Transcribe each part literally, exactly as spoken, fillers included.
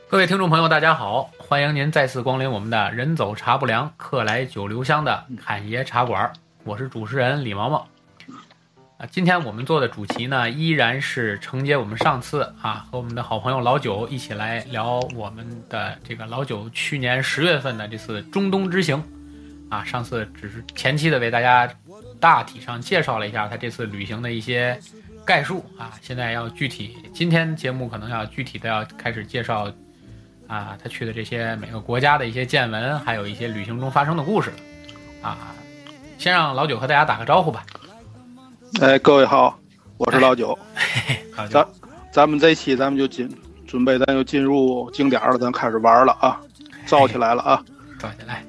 各位听众朋友大家好，欢迎您再次光临我们的人走茶不凉客来酒留香的侃爷茶馆，我是主持人李毛毛。啊，今天我们做的主题呢，依然是承接我们上次啊和我们的好朋友老九一起来聊我们的这个老九去年十月份的这次中东之行。啊，上次只是前期的为大家大体上介绍了一下他这次旅行的一些概述啊，现在要具体，今天节目可能要具体的要开始介绍啊，他去的这些每个国家的一些见闻，还有一些旅行中发生的故事啊。先让老九和大家打个招呼吧。 哎，各位好，我是老九。 哎、老九咱咱们这期咱们就进准备，咱就进入景点了，咱开始玩了啊，造起来了啊， 造起来。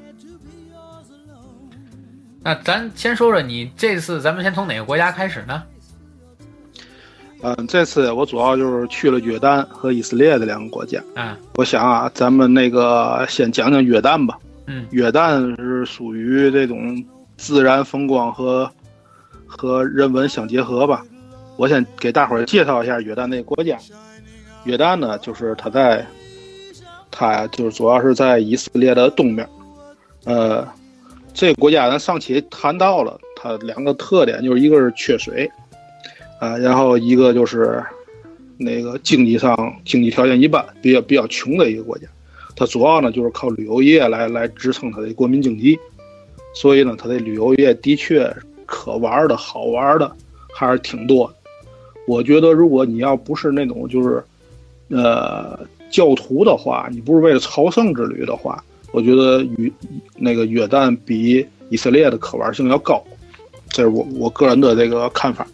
那咱先说说你这次，咱们先从哪个国家开始呢？ 嗯，这次我主要就是去了约旦和以色列的两个国家。 嗯， 我想啊，咱们那个先讲讲约旦吧。 嗯， 约旦是属于这种自然风光和和人文相结合吧。我先给大伙儿介绍一下约旦那个国家。约旦呢，就是它在，它呀就是主要是在以色列的东面。呃，这个国家咱上期谈到了，它两个特点，就是一个是缺水。啊，然后一个就是那个经济上经济条件一般，比较比较穷的一个国家，它主要呢就是靠旅游业来来支撑它的国民经济，所以呢，它的旅游业的确可玩的好玩的还是挺多的。我觉得如果你要不是那种就是呃教徒的话，你不是为了朝圣之旅的话，我觉得约那个约旦比以色列的可玩性要高，这是我我个人的这个看法。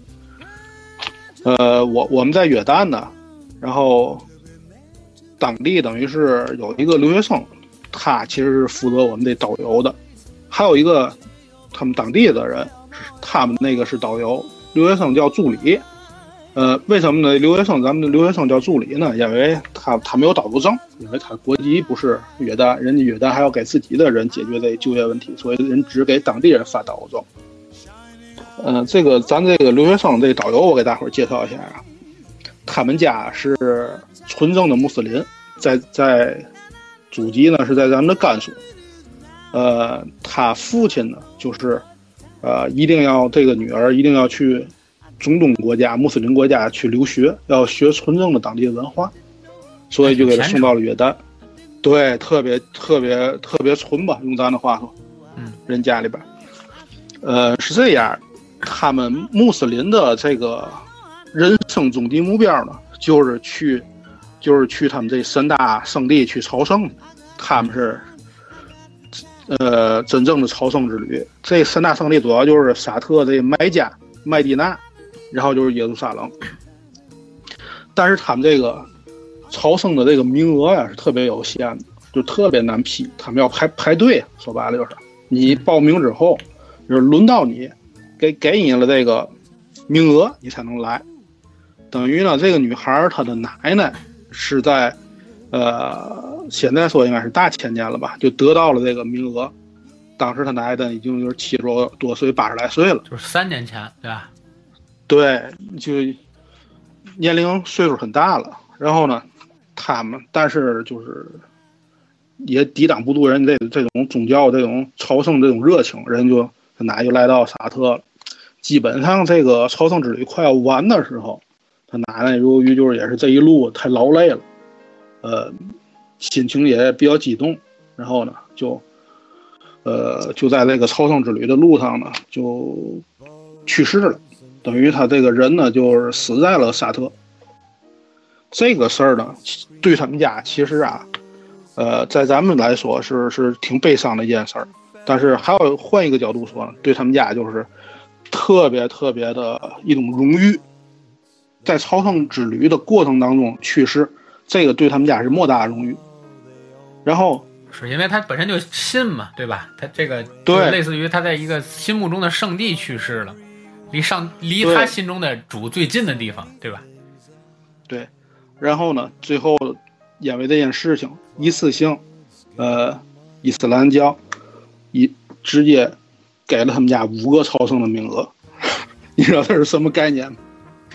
呃，我我们在约旦呢，然后当地等于是有一个留学生，他其实是负责我们的导游的，还有一个他们当地的人，他们那个是导游，留学生叫助理。呃，为什么呢？留学生咱们的留学生叫助理呢？因为他他没有导游证，因为他国籍不是约旦，人家约旦还要给自己的人解决这就业问题，所以人只给当地人发导游证。呃，这个咱这个留学生这个导游，我给大伙儿介绍一下啊。他们家是纯正的穆斯林，在在祖籍呢是在咱们的甘肃。呃，他父亲呢就是呃一定要这个女儿一定要去中东国家穆斯林国家去留学，要学纯正的当地的文化，所以就给他送到了约旦。对，特别特别特别纯吧，用咱的话说， 嗯， 人家里边，呃是这样。他们穆斯林的这个人生终极目标呢，就是去，就是去他们这三大圣地去朝圣。他们是，呃，真正的朝圣之旅。这三大圣地主要就是沙特的麦加、麦地那，然后就是耶路撒冷。但是他们这个朝圣的这个名额呀是特别有限的，就特别难批。他们要排排队，说白了就是你报名之后，就是轮到你。给给你了这个名额，你才能来。等于呢，这个女孩她的奶奶是在，呃，现在说应该是大前年了吧，就得到了这个名额。当时她奶奶已经就是七十多岁、八十来岁了， 就是三年前，对吧？ 对，就年龄岁数很大了。然后呢，他们但是就是也抵挡不住人这这种宗教、这种朝圣这种热情，人就他奶奶就来到沙特了。基本上这个朝圣之旅快要完的时候，他奶奶由于就是也是这一路太劳累了，呃，心情也比较激动，然后呢就，呃，就在这个朝圣之旅的路上呢就去世了，等于他这个人呢就是死在了沙特。这个事儿呢，对他们家其实啊，呃，在咱们来说是是挺悲伤的一件事儿，但是还要换一个角度说呢，对他们家就是。特别特别的一种荣誉，在朝圣之旅的过程当中去世，这个对他们家是莫大的荣誉。然后是因为他本身就信嘛，对吧？他这个对类似于他在一个心目中的圣地去世了，离上离他心中的主最近的地方，对吧？ 对。然后呢，最后因为这件事情，一次性，呃，伊斯兰教一直接。给了他们家五个朝圣的名额，你知道这是什么概念吗？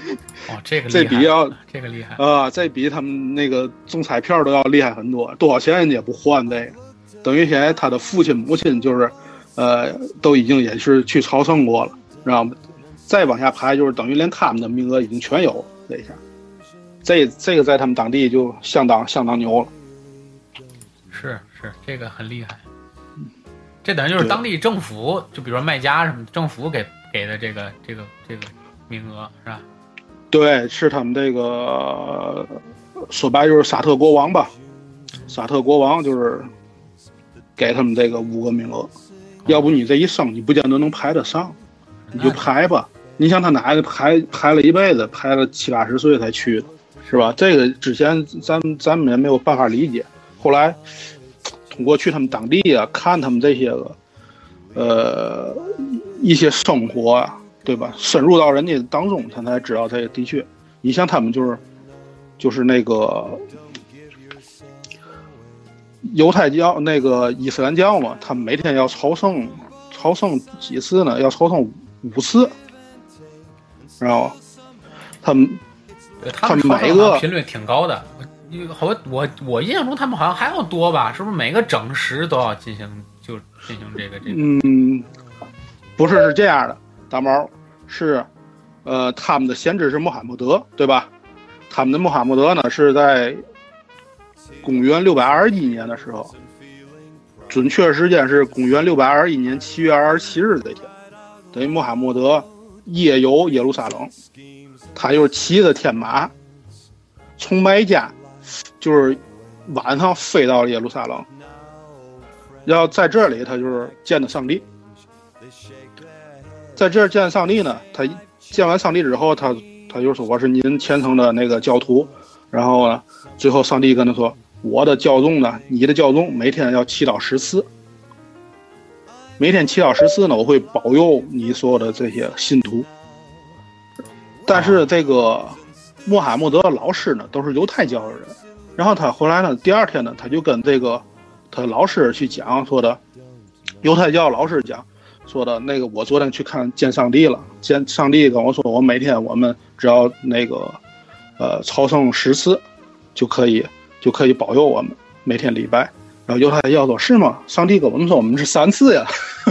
哦，这个这比要这个厉害啊、呃，这比他们那个中彩票都要厉害很多，多少钱人家也不换这个。等于现在他的父亲母亲就是，呃，都已经也是去朝圣过了，知道吗？再往下排就是等于连他们的名额已经全有了，这一下，这这个在他们当地就相当相当牛了。 是是，这个很厉害。这等于就是当地政府，就比如说卖家什么，政府给给的这个这个这个名额是吧？ 对，是他们这个说白就是沙特国王吧，沙特国王就是给他们这个五个名额，要不你这一生你不见得能排得上，你就排吧。你像他哪个排排了一辈子，排了七八十岁才去的，是吧？这个之前咱咱们也没有办法理解，后来通过去他们当地啊，看他们这些个呃一些生活啊，对吧？深入到人家当中，他才知道这个的确，你像他们就是就是那个犹太教那个伊斯兰教嘛，他们每天要朝圣，朝圣几次呢？要朝圣五次，知道吗？他们他们每个频率挺高的。好，我我印象中他们好像还要多吧？是不是每个整时都要进行就进行这个这个？ 嗯，不是，是这样的，大毛是，呃，他们的先知是穆罕默德，对吧？他们的穆罕默德呢是在公元六百二十一年的时候，准确时间是公元六百二十一年七月二十七日这天，等于穆罕默德夜游耶路撒冷，他就是骑着天马从麦加。就是晚上飞到了耶路撒冷，然后在这里他就是见的上帝，在这儿见上帝呢，他见完上帝之后，他他就说我是您虔诚的那个教徒，然后呢，最后上帝跟他说，我的教众呢，你的教众每天要祈祷十次，每天祈祷十次呢，我会保佑你所有的这些信徒，但是这个穆罕默德的老师呢，都是犹太教的人。然后他后来呢，第二天呢，他就跟这个他老师去讲，说的犹太教老师讲，说的那个我昨天去看见上帝了，见上帝跟我说，我每天我们只要那个呃朝圣十次就可以就可以保佑我们每天礼拜。然后犹太教说是吗？上帝跟我们说我们是三次呀，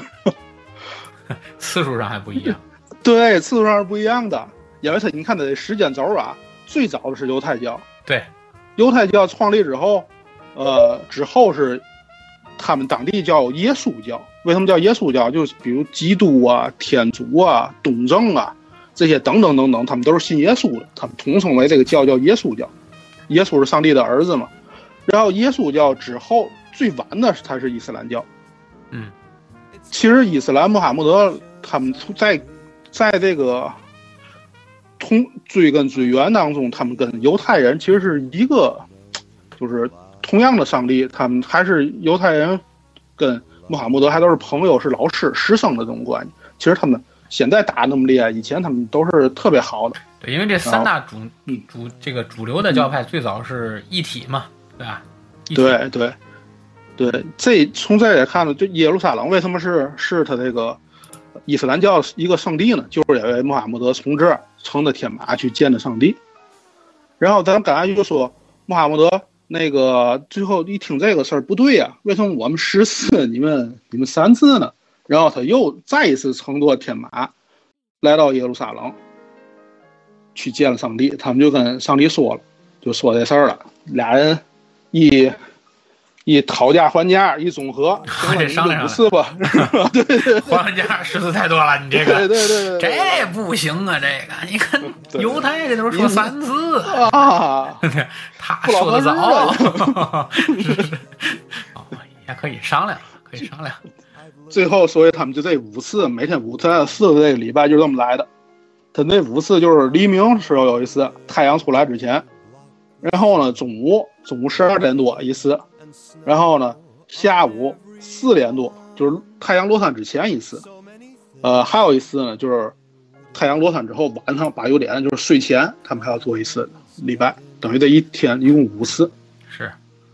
次数上还不一样。 对，次数上是不一样的，因为他你看他的时间轴啊，最早的是犹太教， 对。 犹太教创立之后，呃，之后是他们当地叫耶稣教。为什么叫耶稣教？就是比如基督啊、天主啊、东正啊这些等等等等，他们都是信耶稣的，他们统称为这个教叫耶稣教。耶稣是上帝的儿子嘛。然后耶稣教之后最晚的才是伊斯兰教。 嗯， 其实伊斯兰穆罕默德他们在在这个。同追根追源当中，他们跟犹太人其实是一个，就是同样的上帝，他们还是犹太人跟穆罕默德还都是朋友，是老师师生的这种关系。其实他们现在打那么厉害，以前他们都是特别好的。 对，因为这三大主主这个主流的教派最早是一体嘛，对吧？ 对对对，这从这也看呢，就耶路撒冷为什么是是他这个伊斯兰教一个圣地呢？就是因为穆罕默德从这儿乘着天马去见的上帝。然后咱刚才就说穆罕默德那个最后一听这个事儿不对呀、啊，为什么我们十次你们你们三次呢？然后他又再一次乘坐天马来到耶路撒冷去见了上帝，他们就跟上帝说了，就说这事儿了，俩人一。一讨价还价，一综合，行了，你就五次吧。对对对， 还价十次太多了，你这个， 对对对对， 这不行啊！这个，你看犹太这都是说三次啊， 他说的早，是是，哦，也可以商量，可以商量。 最后，所以他们就这五次，每天五次，四个这个礼拜就这么来的。他那五次就是黎明时候有一次，太阳出来之前，然后呢，中午中午十二点多一次。然后呢，下午四点多就是太阳落山之前一次，呃，还有一次呢，就是太阳落山之后晚上八九点，就是睡前他们还要做一次礼拜，等于这一天一共五次。 是。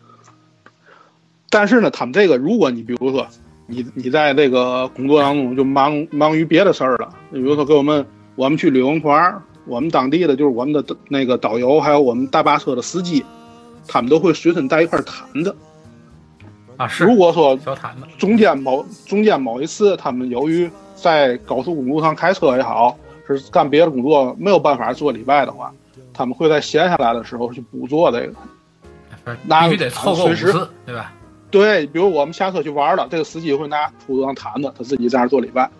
但是呢，他们这个，如果你比如说你你在这个工作当中就忙忙于别的事儿了，比如说给我们我们去旅游团我们当地的就是我们的那个导游，还有我们大巴车的司机，他们都会随身带一块毯子。 啊，是。 如果说小毯子中间某中间某一次，他们由于在高速公路上开车也好，是干别的工作没有办法做礼拜的话，他们会在闲下来的时候去补做这个。 必须得凑够五次，对吧？ 对，比如我们下车去玩了，这个司机会拿出张毯子，他自己在那做礼拜。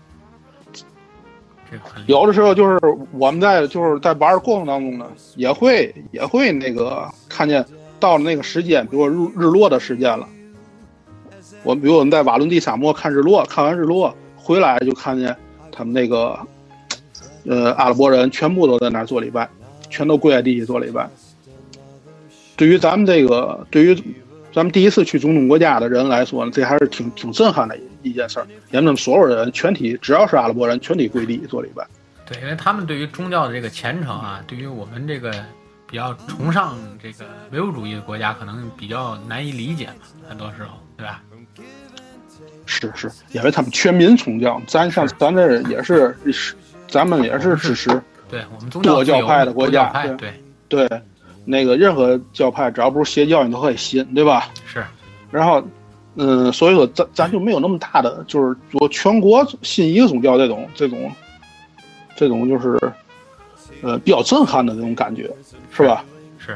有的时候就是我们在就是在玩的过程当中呢，也会也会那个看见到了那个时间，比如日日落的时间了。我们比如我们在瓦伦蒂沙漠看日落，看完日落回来就看见他们那个呃阿拉伯人全部都在那儿做礼拜，全都跪在地下做礼拜。对于咱们这个，对于咱们第一次去中东国家的人来说呢，这还是挺挺震撼的一件事儿。因为他们所有人全体，只要是阿拉伯人，全体跪地做礼拜。 对，因为他们对于宗教的这个虔诚啊，对于我们这个比较崇尚这个唯物主义的国家，可能比较难以理解嘛，很多时候，对吧？ 是是，因为他们全民宗教，咱像咱这也是，咱们也是支持对我们宗教多教派的国家， 对对。对那个任何教派只要不是邪教你都可以信，对吧？ 是。 然后嗯所以说咱咱就没有那么大的就是说全国信一个宗教这种这种这种就是呃比较震撼的这种感觉，是吧？ 是。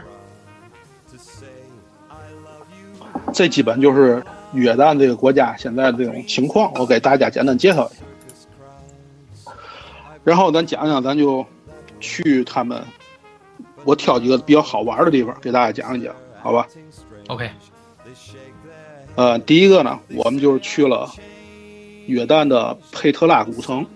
这基本就是约旦这个国家现在的这种情况，我给大家简单介绍一下。然后咱讲讲，咱就去他们我挑几个比较好玩的地方给大家讲一讲，好吧 ？OK。 呃，第一个呢，我们就是去了约旦的佩特拉古城。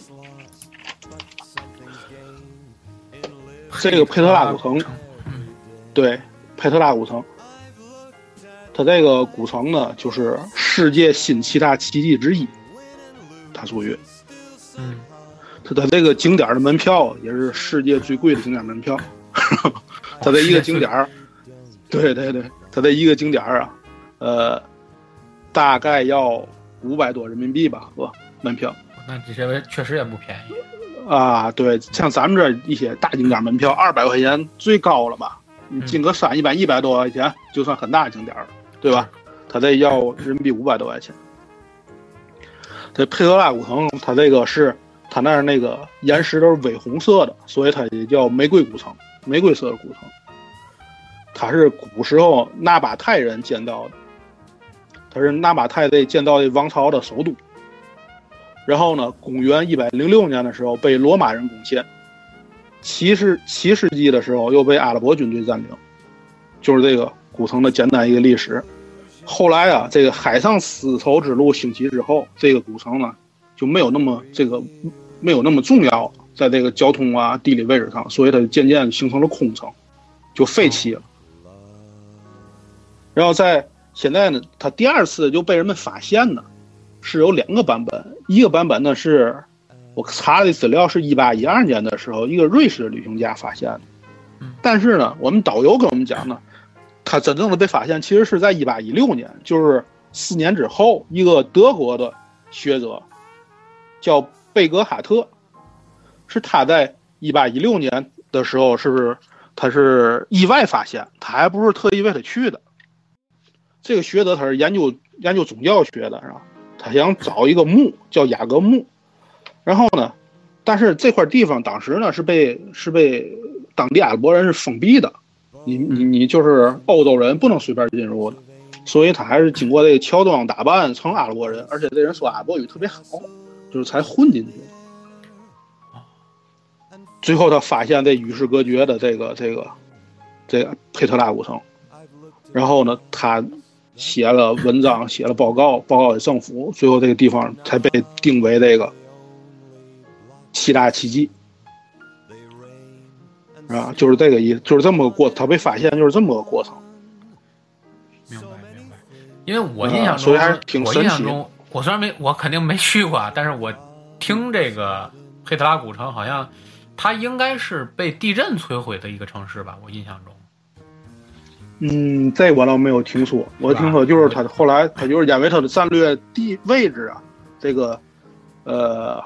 这个佩特拉古城，对，佩特拉古城，它这个古城呢，就是世界新七大奇迹之一，它属于， 嗯， 它的这个景点的门票也是世界最贵的景点门票。它的一个景点儿，对对对，它的一个景点儿啊，呃，大概要五百多人民币吧，和门票。 那这些确实也不便宜啊。对，像咱们这一些大景点门票，二百块钱最高了吧？你进个山一百一百多块钱，就算很大的景点了，对吧？它这要人民币五百多块钱。这佩特拉古城，它这个是它那儿那个岩石都是绯红色的，所以它也叫玫瑰古城。玫瑰色的古城，它是古时候纳巴泰人建造的，它是纳巴泰这建造的王朝的首都。然后呢，公元一百零六年的时候被罗马人攻陷，七世七世纪的时候又被阿拉伯军队占领，就是这个古城的简单一个历史。后来啊，这个海上丝绸之路兴起之后，这个古城呢就没有那么这个没有那么重要。在这个交通啊地理位置上，所以它渐渐形成了空城，就废弃了。然后在现在呢，它第二次就被人们发现呢，是有两个版本，一个版本呢是我查的资料是一八一二年的时候，一个瑞士旅行家发现的，但是呢，我们导游跟我们讲呢，它真正的被发现其实是在一八一六年，就是四年之后，一个德国的学者叫贝格哈特。是他在一八一六年的时候，是不是他是意外发现，他还不是特意为他去的。这个学者他是研究研究宗教学的，是吧？他想找一个墓叫雅各墓，然后呢，但是这块地方当时呢是被是被当地阿拉伯人是封闭的，你你你就是欧洲人不能随便进入的，所以他还是经过这个乔装打扮成阿拉伯人，而且这人说阿拉伯语特别好，就是才混进去的。最后他发现这与世隔绝的这个这个这个佩特拉古城，然后呢他写了文章写了报告报告给政府，最后这个地方才被定为这个七大奇迹啊，就是这个意思，就是这么个过，他被发现就是这么个过程。 明白明白，因为我印象中、啊、 所以还是挺神奇的。 我印象中，我虽然没我肯定没去过，但是我听这个佩特拉古城好像。它应该是被地震摧毁的一个城市吧，我印象中。 嗯，这我倒没有听说，我听说就是它后来它就是因为它的战略地位置啊，这个呃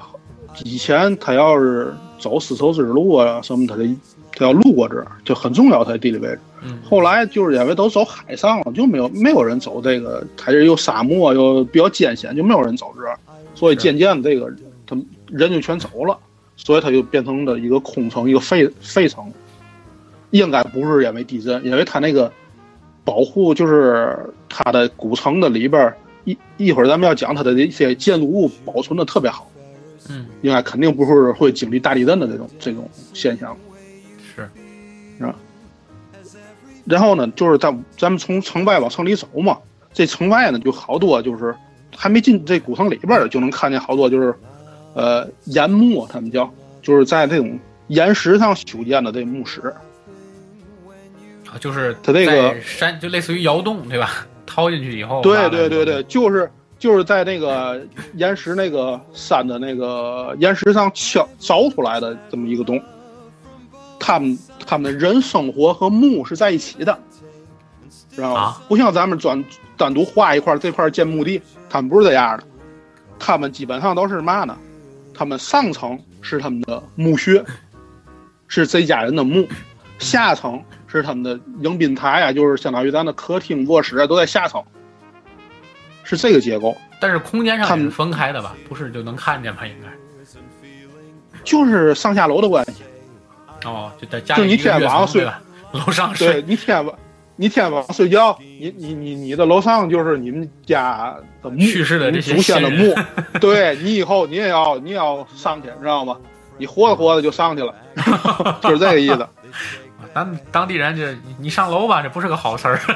以前他要是走丝绸之路啊什么，他得他要路过这儿，就很重要，他的地理位置。 嗯， 后来就是因为都走海上了，就没有没有人走这个，它这又沙漠又比较艰险，就没有人走这儿，所以渐渐的这个他人就全走了，所以它就变成了一个空城，一个废废城。应该不是因为地震，因为它那个保护就是它的古城的里边，一一会儿咱们要讲它的一些建筑物保存的特别好。 嗯， 应该肯定不是会经历大地震的这种这种现象。 是， 啊。然后呢，就是在咱们从城外往城里走嘛，这城外呢就好多就是还没进这古城里边的，就能看见好多就是呃岩墓，他们叫就是在这种岩石上修建的这墓室。 啊，就是它这个山就类似于窑洞，对吧？掏进去以后， 对对对对，就是就是在那个岩石那个山的那个岩石上敲凿出来的这么一个洞。他们他们的人生活和墓是在一起的，知道吗？啊、不像咱们专单独画一块这块建墓地，他们不是这样的。他们基本上都是嘛呢？他们上层是他们的墓穴，是这家人的墓；下层是他们的迎宾台啊，就是相当于咱的客厅、卧室啊，都在下层，是这个结构。 但是空间上是分开的吧？不是就能看见吧？应该就是上下楼的关系。 哦，就在家里，就你天晚上睡， 楼上睡。 对，你天晚，你天晚上睡觉，你你你你的楼上就是你们家的墓， 去世的这些祖先的墓。对，你以后你也要你也要上去，知道吗？你活着活着就上去了，就是这个意思。 咱们当地人就你上楼吧，这不是个好事儿。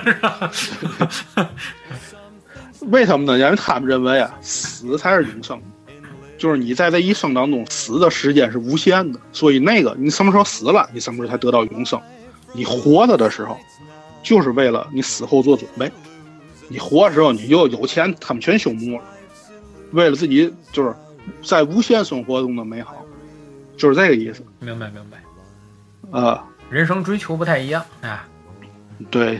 为什么呢？因为他们认为啊，死才是永生。就是你在这一生当中死的时间是无限的，所以那个你什么时候死了，你什么时候才得到永生。你活着的时候，就是为了你死后做准备。你活的时候你就有钱，他们全修墓了，为了自己就是在无限生活中的美好，就是这个意思。 明白明白。 呃， 人生追求不太一样啊。 对。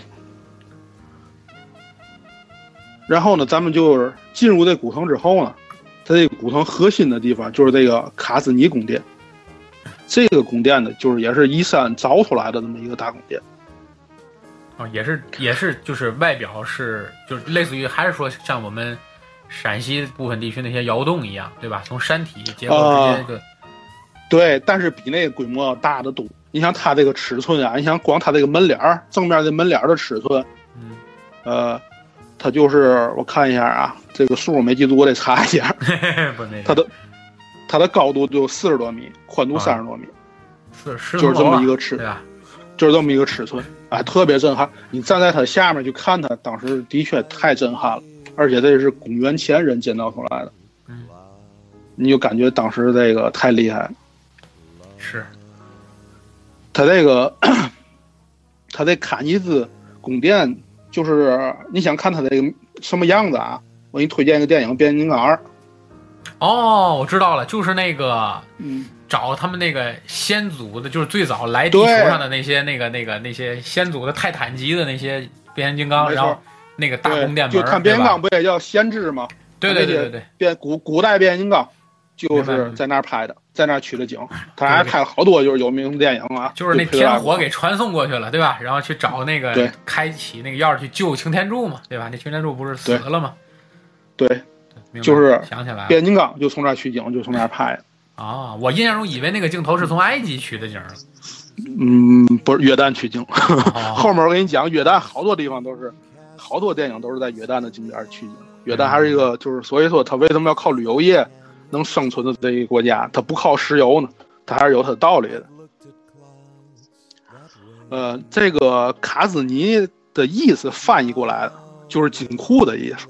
然后呢，咱们就是进入这古城之后呢。它这个古城核心的地方就是这个卡兹尼宫殿，这个宫殿呢，就是也是依山凿出来的这么一个大宫殿。 哦，也是也是，就是外表是就是类似于还是说像我们陕西部分地区那些窑洞一样，对吧？从山体结构直接一个、呃。 对，但是比那个规模要大得多。你想它这个尺寸啊，你想光它这个门脸儿正面的门脸的尺寸， 嗯， 呃。它就是我看一下啊，这个数我没记住，我得查一下。它的它的高度就四十多米，宽度三十多米， 是是、 啊、就是这么一个尺， 对吧？ 就是这么一个尺寸，哎，特别震撼。你站在它下面去看它，当时的确太震撼了，而且这是公元前人建造出来的， 嗯， 你就感觉当时这个太厉害了。 是， 它这个它这卡尼兹宫殿。就是你想看它这个什么样子啊？我给你推荐一个电影《变形金刚二》。 哦，我知道了，就是那个， 嗯， 找他们那个先祖的，就是最早来地球上的那些那个那个那些先祖的泰坦级的那些变形金刚，然后那个大宫殿门， 就看变形金刚不也叫先知吗？ 对对对对对， 变古古代变形金刚就是在那儿拍的。在那儿取的景，他还拍了好多就是有名的电影啊， 就是那天火给传送过去了，对吧？然后去找那个开启那个钥匙去救擎天柱嘛，对吧？那擎天柱不是死了吗？ 对，对就是想起来了， 变形金刚就从那儿取景，就从那儿拍的。 啊、哦，我印象中以为那个镜头是从埃及取的景呢。 嗯，不是约旦取景， 哦、 后面我跟你讲，约旦好多地方都是，好多电影都是在约旦的景点取景。约旦还是一个，就是所以说他为什么要靠旅游业？能生存的这一个国家，它不靠石油呢，它还是有它的道理的。呃，这个卡兹尼的意思翻译过来的就是金库的意思，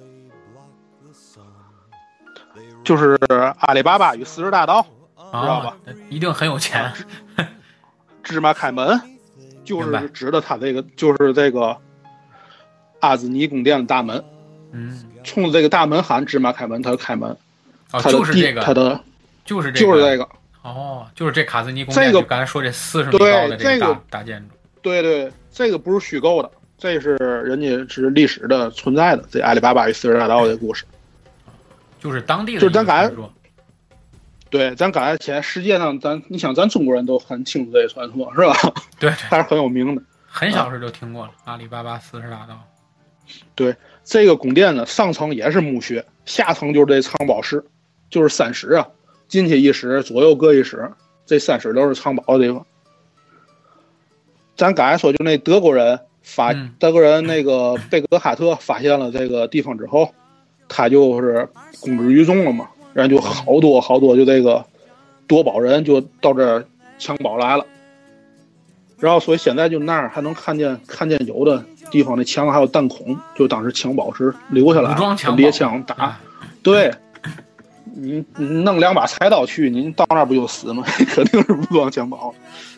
就是阿里巴巴与四十大盗， 哦、 知道吧？ 一定很有钱。 啊、芝麻开门，就是指的他这个，就是这个阿兹尼宫殿的大门。 嗯， 冲着这个大门喊芝麻开门，他就开门。 哦，就是这个， 他的就是这个，就是这个。 哦，就是这卡兹尼宫殿， 这个刚才说这四十米高的这个大、 这个、 大建筑。 对对，这个不是虚构的，这是人家是历史的存在的。这阿里巴巴与四十大盗的故事， 就是当地的， 就是咱敢， 对，咱刚才现在世界上，咱你想，咱中国人都很清楚这个传说，是吧？ 对， 还是很有名的。 很小时就听过了，阿里巴巴四十大盗。 对，这个宫殿呢，上层也是墓穴，下层就是这藏宝室，就是三室啊，进去一室，左右各一室，这三室都是藏宝的地方。咱刚才说，就那德国人发， 嗯、 德国人那个贝格哈特发现了这个地方之后，他就是公之于众了嘛，然后就好多好多就这个夺宝人就到这儿抢宝来了。然后所以现在就那儿还能看见看见有的地方那墙还有弹孔，就当时抢宝时留下来猎枪打。啊、对，你你弄两把柴刀去，您到那儿不就死吗？肯定是武装抢宝。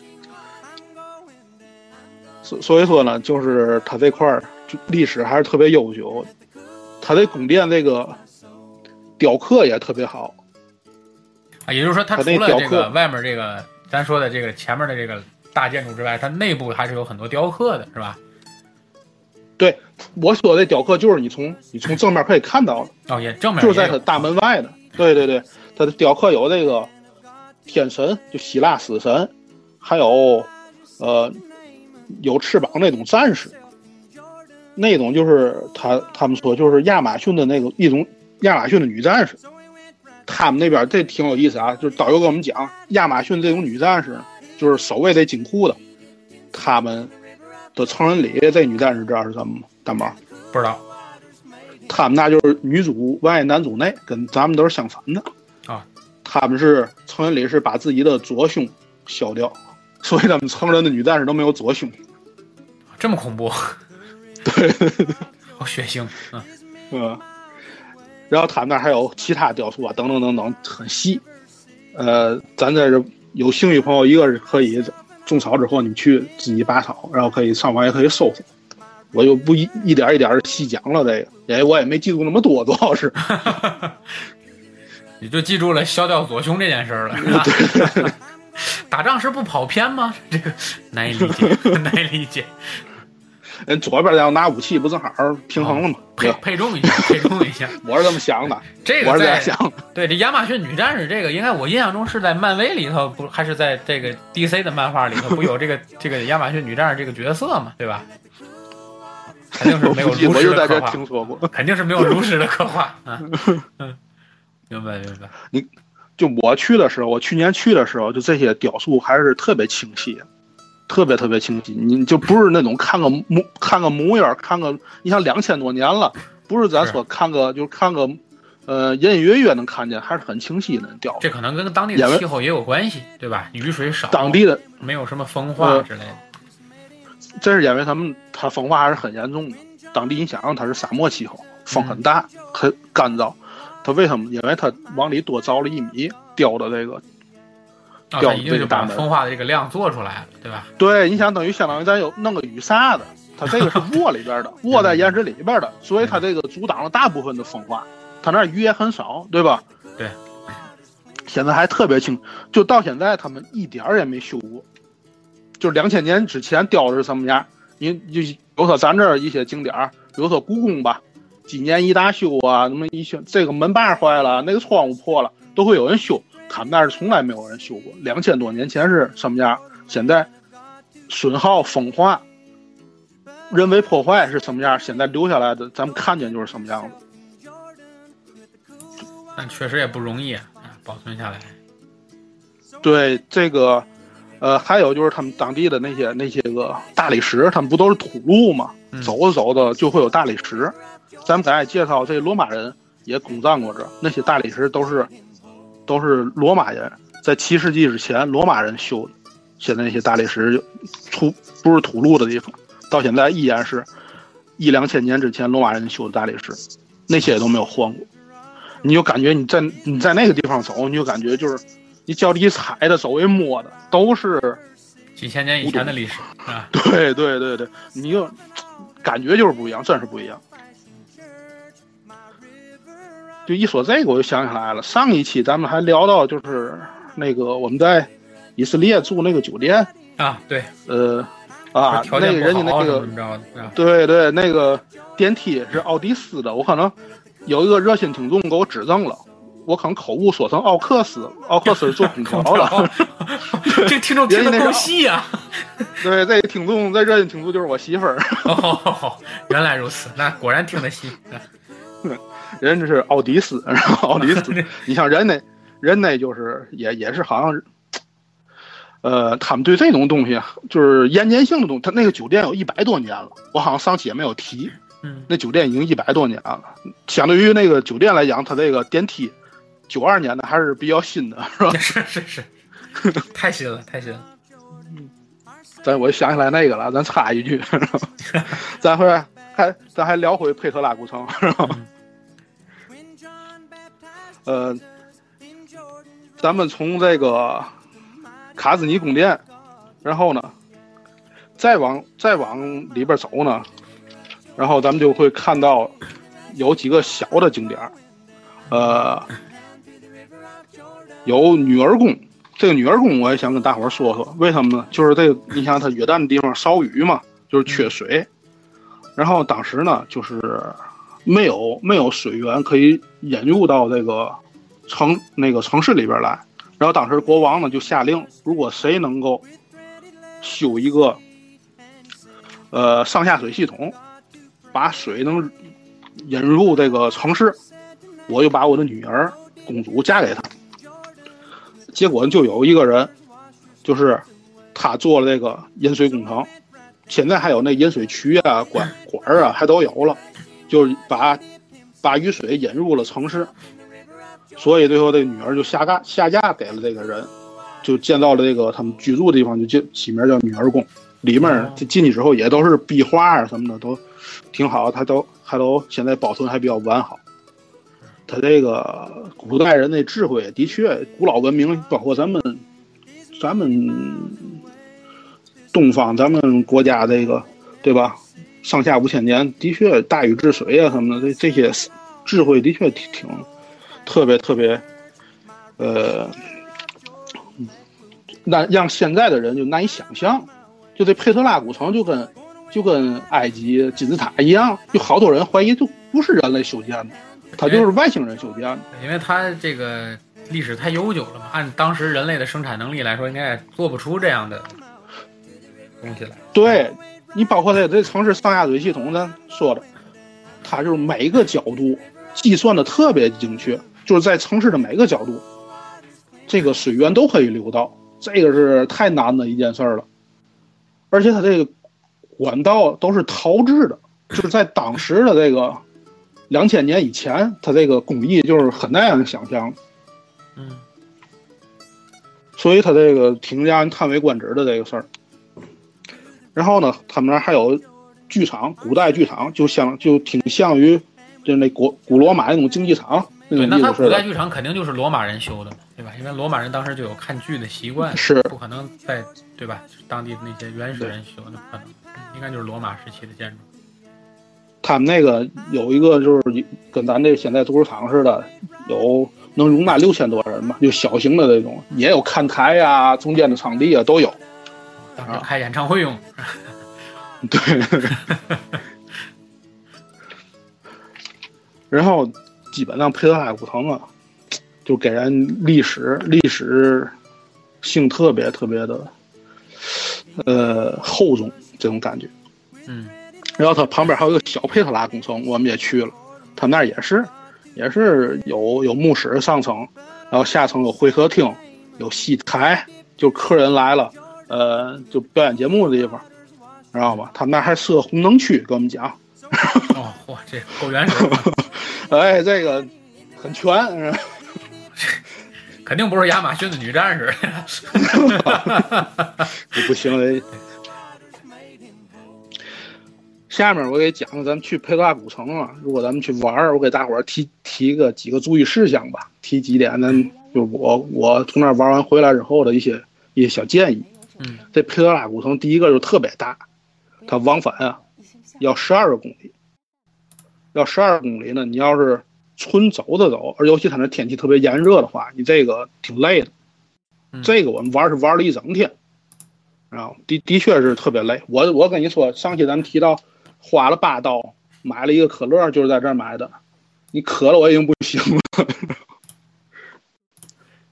所所以说呢，就是他这块儿历史还是特别悠久，他这宫殿这个雕刻也特别好。 啊，也就是说，它除了这个外面这个咱说的这个前面的这个大建筑之外，它内部还是有很多雕刻的，是吧？ 对，我说的雕刻就是你从你从正面可以看到的。 哦，也正面就是在它大门外的。对对对，它的雕刻有这个天神，就希腊死神，还有呃有翅膀那种战士，那种就是他他们说就是亚马逊的那个一种亚马逊的女战士。他们那边这挺有意思啊，就是导游跟我们讲，亚马逊这种女战士就是守卫这金库的，他们的成人礼，这女战士知道是什么吗？大毛不知道。 他们那就是女主外男主内，跟咱们都是相反的啊。 他们是成人礼是把自己的左胸削掉，所以他们成人的女战士都没有左胸。 这么恐怖？ 对， 好血腥。嗯嗯。然后他们那还有其他雕塑啊，等等等等，很细。呃，咱在这有兴趣朋友，一个是可以种草之后你去自己拔草，然后可以上网也可以搜搜。我就不一一点一点细讲了这个，因为我也没记住那么多，主要是。 你就记住了削掉左胸这件事了，是吧？ 对打仗时不跑偏吗？这个难以理解，难以理解。 人左边要拿武器，不正好平衡了吗？ 哦、配配重一下，配重一下。 我是这么想的， 这个我是这样想的。 对，这亚马逊女战士这个，应该我印象中是在漫威里头，不还是在这个 D C 的漫画里头，不有这个这个亚马逊女战士这个角色嘛，对吧？肯定是没有如实的刻画。 听说过， 肯定是没有如实的刻画啊。嗯，明白明白。 你就我去的时候，我去年去的时候，就这些雕塑还是特别清晰。特别特别清晰，你就不是那种看个模看个模样，看个你像两千多年了，不是咱说看个就是看个呃隐隐约约能看见，还是很清晰的雕。 这可能跟当地的气候也有关系，对吧？雨水少， 当地的没有什么风化之类的。 呃、这是因为他们它风化还是很严重的。当地你想，它是沙漠气候，风很大，嗯、很干燥。它为什么？因为它往里多凿了一米，雕的这个。 哦、它已经就把风化的这个量做出来了，对吧？ 对，你想等于相当于咱有弄个雨伞的，它这个是窝里边的，窝在岩石里边的，所以它这个阻挡了大部分的风化，它那雨也很少，对吧？ 对。 现在还特别清，就到现在他们一点也没修过，就两千年之前雕的是什么样？你就比如说咱这儿一些景点，比如说故宫吧，几年一大修啊，那么一修这个门把坏了，那个窗户破了，都会有人修。他们那儿从来没有人修过，两千多年前是什么样？现在损耗、风化、人为破坏是什么样？现在留下来的，咱们看见就是什么样子。 但确实也不容易啊，保存下来。 对这个，呃，还有就是他们当地的那些那些个大理石，他们不都是土路吗？ 嗯、 走着走着就会有大理石。咱们刚才介绍这罗马人也攻占过这，那些大理石都是。都是罗马人在七世纪之前，罗马人修的。现在那些大理石土不是土路的地方，到现在依然是一两千年之前罗马人修的大理石，那些都没有换过。你就感觉你在你在那个地方走，你就感觉就是你脚底踩的、周围摸的都是几千年以前的历史啊！ 对对对对，你就感觉就是不一样，真是不一样。就一说这个，我就想起来了。上一期咱们还聊到，就是那个我们在以色列住那个酒店啊，对， 呃，啊，那个人家那个，对对，那个电梯是奥迪斯的。我可能有一个热心听众给我指正了， 我可能口误说成奥克斯，奥克斯是做空调的。 这听众听得够细啊！ 对，这听众这热心听众就是我媳妇儿。 哦，原来如此，那果然听得细。 人这是奥迪斯，然后奥迪斯，你像人那，人那就是也也是好像是，呃，他们对这种东西就是延年性的东西，他那个酒店有一百多年了，我好像上期也没有提。 嗯， 那酒店已经一百多年了，相对于那个酒店来讲，它这个电梯九二年的还是比较新的，是吧？ 是是是，太新了，太新了。 咱我想起来那个了，咱插一句，咱回来还咱还聊回佩特拉古城，是吧？呃，咱们从这个卡兹尼宫殿，然后呢，再往再往里边走呢，然后咱们就会看到有几个小的景点，呃，有女儿宫。这个女儿宫我也想跟大伙儿说说，为什么呢？就是这个，你想它约旦的地方少雨嘛，就是缺水，然后当时呢，就是没有没有水源可以引入到这个城那个城市里边来，然后当时国王呢就下令，如果谁能够修一个呃上下水系统，把水能引入这个城市，我就把我的女儿公主嫁给他。结果就有一个人，就是他做了这个引水工程，现在还有那引水渠啊、管管啊，还都有了，就是把把雨水引入了城市，所以最后这个女儿就下嫁下嫁给了这个人，就建造了这个他们居住的地方，就起起名叫女儿宫。里面进去之后也都是壁画啊什么的，都挺好，它都还都现在保存还比较完好。他这个古代人的智慧的确，古老文明包括咱们咱们东方咱们国家这个对吧，上下五千年的确大禹治水啊什么的，这这些智慧的确挺挺特别特别呃难让现在的人就难以想象。就这佩特拉古城就跟就跟埃及金字塔一样，有好多人怀疑就不是人类修建的，它就是外星人修建的， 因为它这个历史太悠久了嘛，按当时人类的生产能力来说，应该做不出这样的东西来。 对，你包括这这城市上下水系统，咱说的，它就是每个角度计算的特别精确，就是在城市的每个角度，这个水源都可以流到，这个是太难的一件事了。而且它这个管道都是陶制的，就是在当时的这个两千年以前，它这个工艺就是很难让人想象。 嗯， 所以它这个挺让人叹为观止的这个事儿。然后呢，他们那儿还有剧场，古代剧场就像就挺像于就那古古罗马那种竞技场那种意思。 对，那他古代剧场肯定就是罗马人修的，对吧？因为罗马人当时就有看剧的习惯， 是不可能在对吧？当地的那些原始人修的，不可能，应该就是罗马时期的建筑。 他们那个有一个就是跟咱这现在足球场似的，有能容纳六千多人嘛，就小型的那种，也有看台啊、中间的场地啊都有。 当时开演唱会用。啊、 对。然后基本上佩特拉古城啊，就给人历史历史性特别特别的呃厚重这种感觉。 嗯。 然后它旁边还有一个小佩特拉工程，我们也去了，他那儿也是也是有有墓室上层，然后下层有会客厅，有戏台，就客人来了，呃，就表演节目的地方，知道吧？他们那儿还设红灯区，跟我们讲。 哦，哇，这够原始。 哎，这个很全。 肯定不是亚马逊的女战士。 不行。下面我给讲咱们去佩特拉古城啊，如果咱们去玩，我给大伙儿提提个几个注意事项吧，提几点呢？就是我我从那玩完回来之后的一些一些小建议。 嗯， 这佩特拉古城第一个就特别大，它往返啊要十二个公里，要十二公里呢，你要是纯走着走，而尤其它那天气特别炎热的话，你这个挺累的。 嗯、 这个我们玩是玩了一整天，然后的的确是特别累。我我跟你说，上期咱们提到。花了八刀买了一个可乐，就是在这儿买的。你渴了我已经不行了。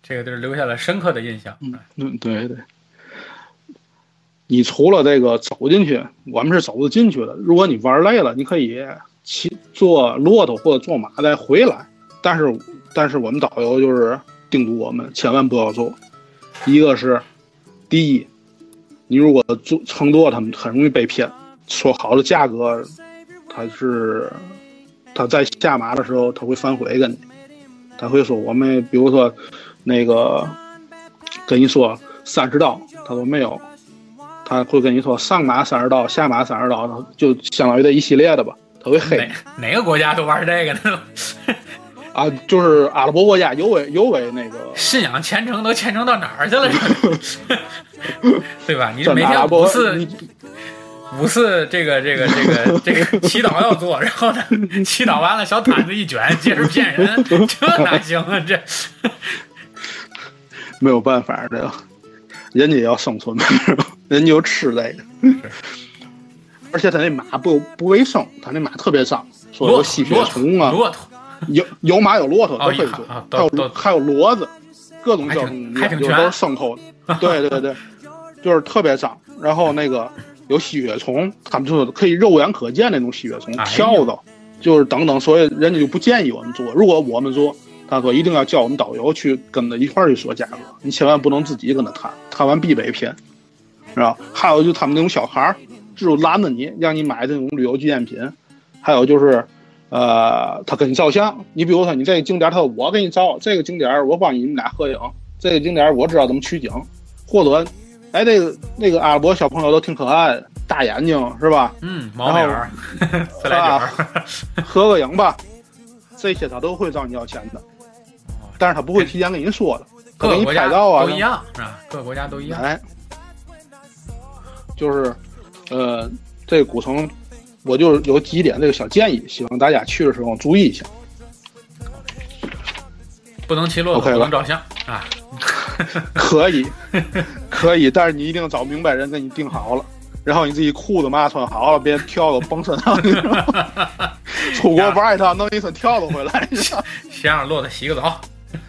这个地儿留下了深刻的印象。 嗯嗯，对对。你除了这个走进去，我们是走得进去的。如果你玩累了，你可以骑坐骆驼或者坐马再回来。但是，但是我们导游就是叮嘱我们千万不要做。一个是，第一，你如果坐乘坐他们很容易被骗，说好的价格，他是他在下马的时候他会反悔跟你，他会说我们比如说那个跟你说三十刀，他说没有。他会跟你说上马三十刀，下马三十刀，就相当于这一系列的吧，他会黑。 哪哪个国家都玩这个呢？ 啊，就是阿拉伯国家尤为尤为那个信仰虔诚都虔诚到哪儿去了？对吧？你每天五次五次这个这个这个这个祈祷要做，然后呢，祈祷完了小毯子一卷，接着骗人，这哪行啊？这没有办法的。人家也要生存，人家就吃这个，而且他那马不不卫生，他那马特别脏，说有吸血虫啊， 骆驼有有马有骆驼都可以做， 哦、 还有还有骡子，各种交通还挺就是都是牲口的，对对对，就是特别脏。然后那个有吸血虫，他们就是可以肉眼可见那种吸血虫，跳蚤，就是等等，所以人家就不建议我们做。如果我们做，他说一定要叫我们导游去跟他一块儿去说价格，你千万不能自己跟他谈，谈完必被骗，是吧？还有就他们那种小孩儿，就拦着你，让你买这种旅游纪念品。还有就是，呃，他跟你照相，你比如说你这个景点，他说我给你照，这个景点我帮你们俩合影，这个景点我知道怎么取景，或者，哎，这个那个阿拉伯小朋友都挺可爱的，大眼睛是吧？ 嗯，毛眼儿，自来点合个影吧，这些他都会找你要钱的。但是他不会提前跟你说的，他给你拍照啊， 都一样是吧？各个国家都一样。 哎，就是，呃，这个古城，我就有几点这个小建议，希望大家去的时候注意一下。 不能骑骆驼， okay 不能照相啊。 可以，可以，但是你一定找明白人给你定好了，然后你自己裤子嘛穿好了，别跳蚤蹦身上去。出国玩一趟，弄一身跳蚤回来。 先让骆驼洗个澡。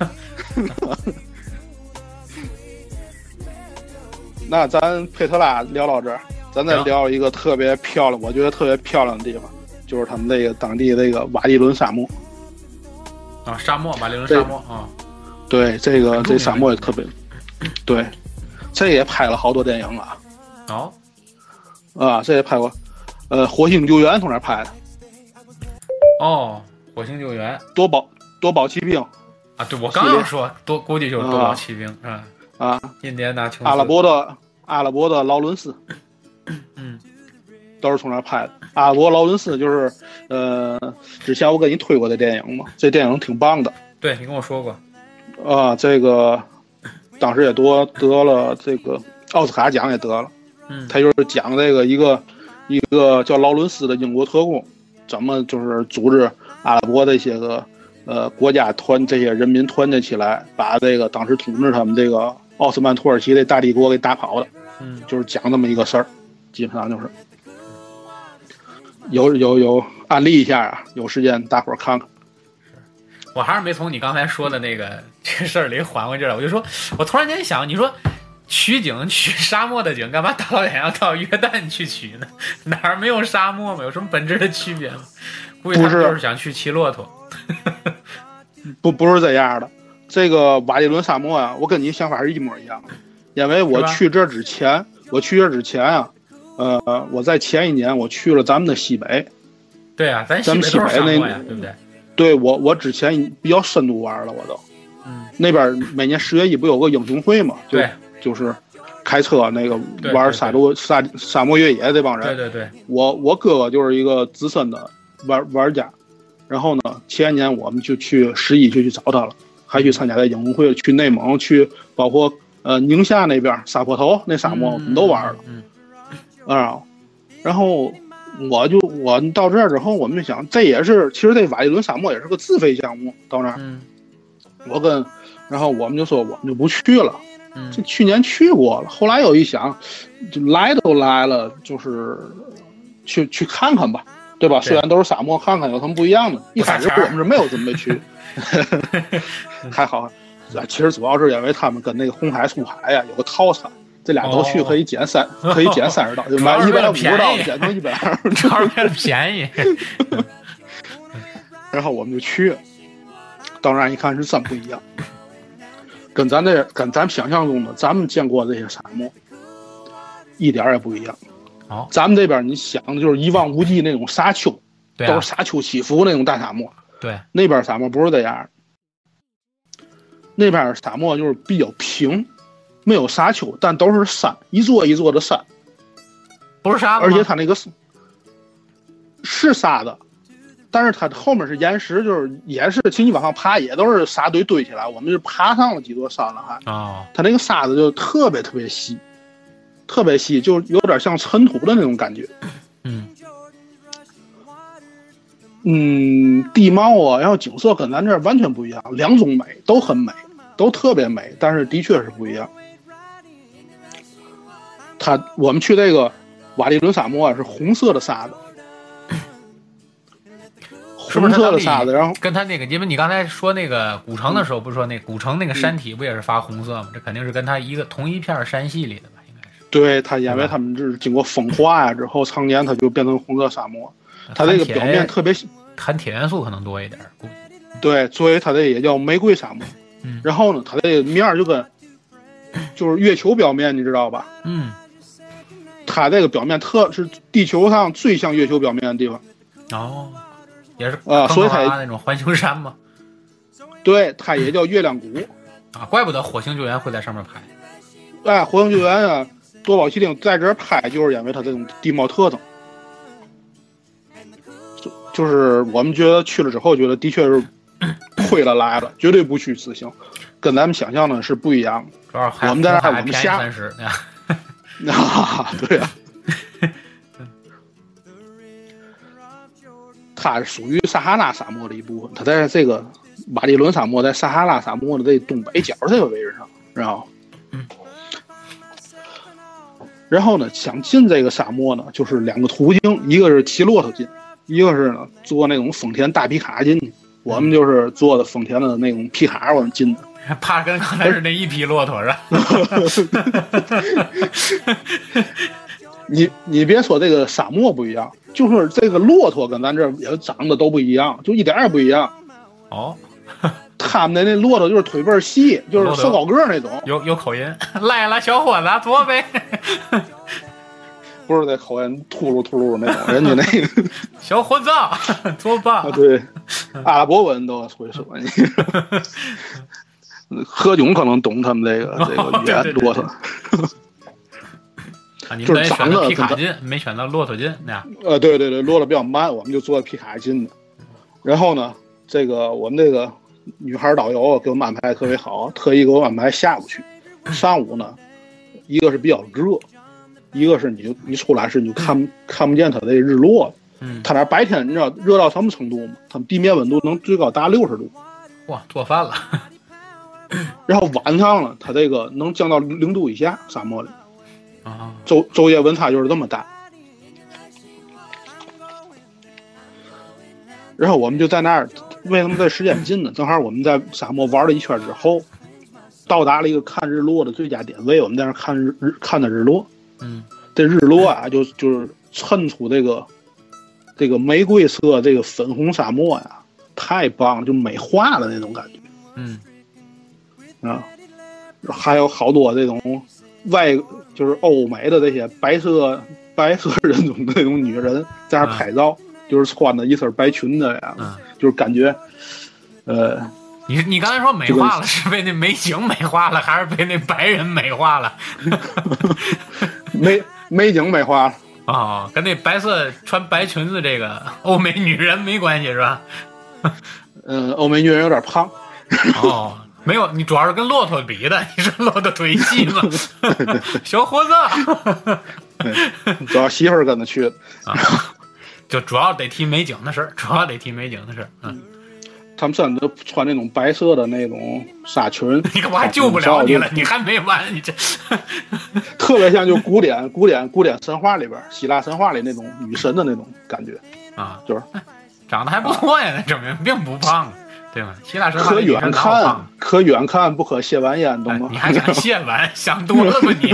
那咱佩特拉聊到这儿，咱再聊一个特别漂亮，我觉得特别漂亮的地方，就是他们这个当地这个瓦迪伦沙漠。 啊，沙漠，瓦迪伦沙漠啊。 对，这个这沙漠也特别，对，这也拍了好多电影啊。 哦。 啊，这也拍过，呃，火星救援从那儿拍的。 哦，火星救援。 夺宝夺宝奇兵。 啊，对，我刚要说，多估计就是夺宝奇兵啊啊， 印第安纳琼斯， 阿拉伯的阿拉伯的劳伦斯， 嗯， 都是从那儿拍的。阿拉伯劳伦斯就是，呃，之前我跟你推过的电影嘛，这电影挺棒的。 对，你跟我说过。 啊，这个当时也夺得了这个奥斯卡奖也得了。 嗯， 他就是讲这个一个一个叫劳伦斯的英国特工，怎么就是组织阿拉伯这些个。呃，国家团这些人民团结起来，把这个当时统治他们这个奥斯曼土耳其的大帝国给打跑的， 嗯， 就是讲这么一个事儿，基本上就是有有有案例一下啊，有时间大伙儿看看。 我还是没从你刚才说的那个这个事儿里缓过劲来，我就说，我突然间想，你说取景取沙漠的景，干嘛大老远要到约旦去取呢？哪儿没有沙漠吗？有什么本质的区别吗？估计他们就是想去骑骆驼。 不不是这样的，这个瓦迪伦沙漠啊，我跟你想法是一模一样的，因为我去这之前，我去这之前啊，呃，我在前一年我去了咱们的西北。 对啊，咱咱们西北那个，对不对？ 对，我我之前比较深度玩了，我都。 嗯。 那边每年十月一不有个英雄会嘛？ 对。 就是开车那个玩沙洲沙沙漠越野这帮人。 对对对。 我我哥哥就是一个资深的玩玩家。然后呢，前一年我们就去十一就去找他了，还去参加了英雄会，去内蒙，去包括呃宁夏那边沙坡头那沙漠我们都玩了。 嗯。 啊，然后我就我到这儿之后，我们就想，这也是其实这瓦迪伦沙漠也是个自费项目，到那儿。 嗯。 我跟，然后我们就说我们就不去了。 嗯。 这去年去过了，后来又一想，就来都来了，就是去去看看吧。对吧？虽然都是沙漠，看看有什么不一样的。一开始我们是没有准备去，还好， 其实主要是因为他们跟那个红海、出海呀有个套餐，这俩都去可以减三、哦，可以减三十刀，就买一百五十刀减成一百二， 主要是为了便宜。 然后我们就去了，当然一看是真不一样，跟咱这跟咱想象中的咱们见过这些沙漠一点也不一样。 哦， 咱们这边你想的就是一望无际那种沙丘， 对啊、 都是沙丘起伏那种大沙漠。 对， 那边沙漠不是这样，那边沙漠就是比较平，没有沙丘，但都是山，一座一座的山， 不是沙吗？ 而且它那个是沙的，但是它后面是岩石，就是也是，其实你往上爬也都是沙堆堆起来，我们就爬上了几座山了还。 哦， 它那个沙子就特别特别细，特别细，就有点像尘土的那种感觉。 嗯。 嗯，地貌啊，然后景色跟咱这儿完全不一样，两种美都很美，都特别美，但是的确是不一样。它我们去这个瓦利伦沙漠啊，是红色的沙子，红色的沙子，然后跟它那个，因为你刚才说那个古城的时候，不是说那古城那个山体不也是发红色吗？这肯定是跟它一个同一片山系里的吧，应该是。 对，它因为他们是经过风化呀之后，常年它就变成红色沙漠。它这个表面特别含铁元素可能多一点，估计。 对，所以它这也叫玫瑰沙漠。 嗯。 然后呢，它这个面就跟就是月球表面，你知道吧？ 嗯。 它这个表面特是地球上最像月球表面的地方。 哦。也是啊，所以它那种环形山嘛。 对，它也叫月亮谷。 啊，怪不得火星救援会在上面拍。 哎，火星救援啊，多宝奇汀在这儿拍，就是因为它这种地貌特征。就是我们觉得去了之后，觉得的确是亏了来了，绝对不虚此行，跟咱们想象的是不一样的。 主要我们在那儿，我们下三十， 啊，对啊，它是属于撒哈拉沙漠的一部分，它在这个瓦利伦沙漠在撒哈拉沙漠的这东北角这个位置上，然后， 嗯， 然后呢，想进这个沙漠呢，就是两个途径，一个是骑骆驼进。一个是呢，坐那种丰田大皮卡进去，我们就是坐的丰田的那种皮卡，我们进的。 怕跟刚才是那一匹骆驼是吧？ 你你别说这个沙漠不一样，就是这个骆驼跟咱这也长得都不一样，就一点也不一样。 哦， 他们的那骆驼就是腿倍细，就是瘦高个那种。 有有口音，来了小伙子，坐呗。 不是在口音秃噜秃噜那种，人家那个小伙子多棒！ 对，阿拉伯文都会说你。何炅可能懂他们这个这个语言，骆驼。 啊，你们选择皮卡进，没选择骆驼进那样。 呃，对对对，骆驼比较慢，我们就坐皮卡进的。然后呢，这个我们这个女孩导游给我们安排特别好，特意给我们安排下午去。上午呢，一个是比较热。一个是你就你出来是你就看、嗯、看不见它的日落， 嗯， 它那白天你知道热到什么程度吗？它地面温度能最高达六十度， 哇，做饭了。 然后晚上了，它这个能降到零度以下，沙漠里， 啊， 昼昼夜温差就是这么大。然后我们就在那儿，为什么在时间近呢？正好我们在沙漠玩了一圈之后，到达了一个看日落的最佳点位，我们在那儿看日日看的日落。 嗯， 这日落啊，就就是衬出这个这个玫瑰色这个粉红沙漠呀，太棒了，就美化了那种感觉。 嗯， 啊，还有好多这种外就是欧美的这些白色白色人种的那种女人在那拍照，嗯、就是穿的一身白裙子呀， 嗯、 就是感觉，呃。 你你刚才说美化了，是被那美景美化了，还是被那白人美化了？ 美美景美化了啊、哦，跟那白色穿白裙子这个欧美女人没关系是吧？ 嗯，欧美女人有点胖。 哦，没有，你主要是跟骆驼比的，你是骆驼腿细吗？小伙子， 主要媳妇儿跟他去的啊，就主要得提美景的事儿，主要得提美景的事儿，嗯。 他们身都穿那种白色的那种纱裙， 你我还救不了你了，你还没完，你这特别像就古典古典古典神话里边希腊神话里那种女神的那种感觉啊， 就是长得还不错呀，那证明并不胖， 对吗？希腊神话可远看，可远看不可亵玩焉，懂吗？ 哎、你还想亵玩？想多了吧你？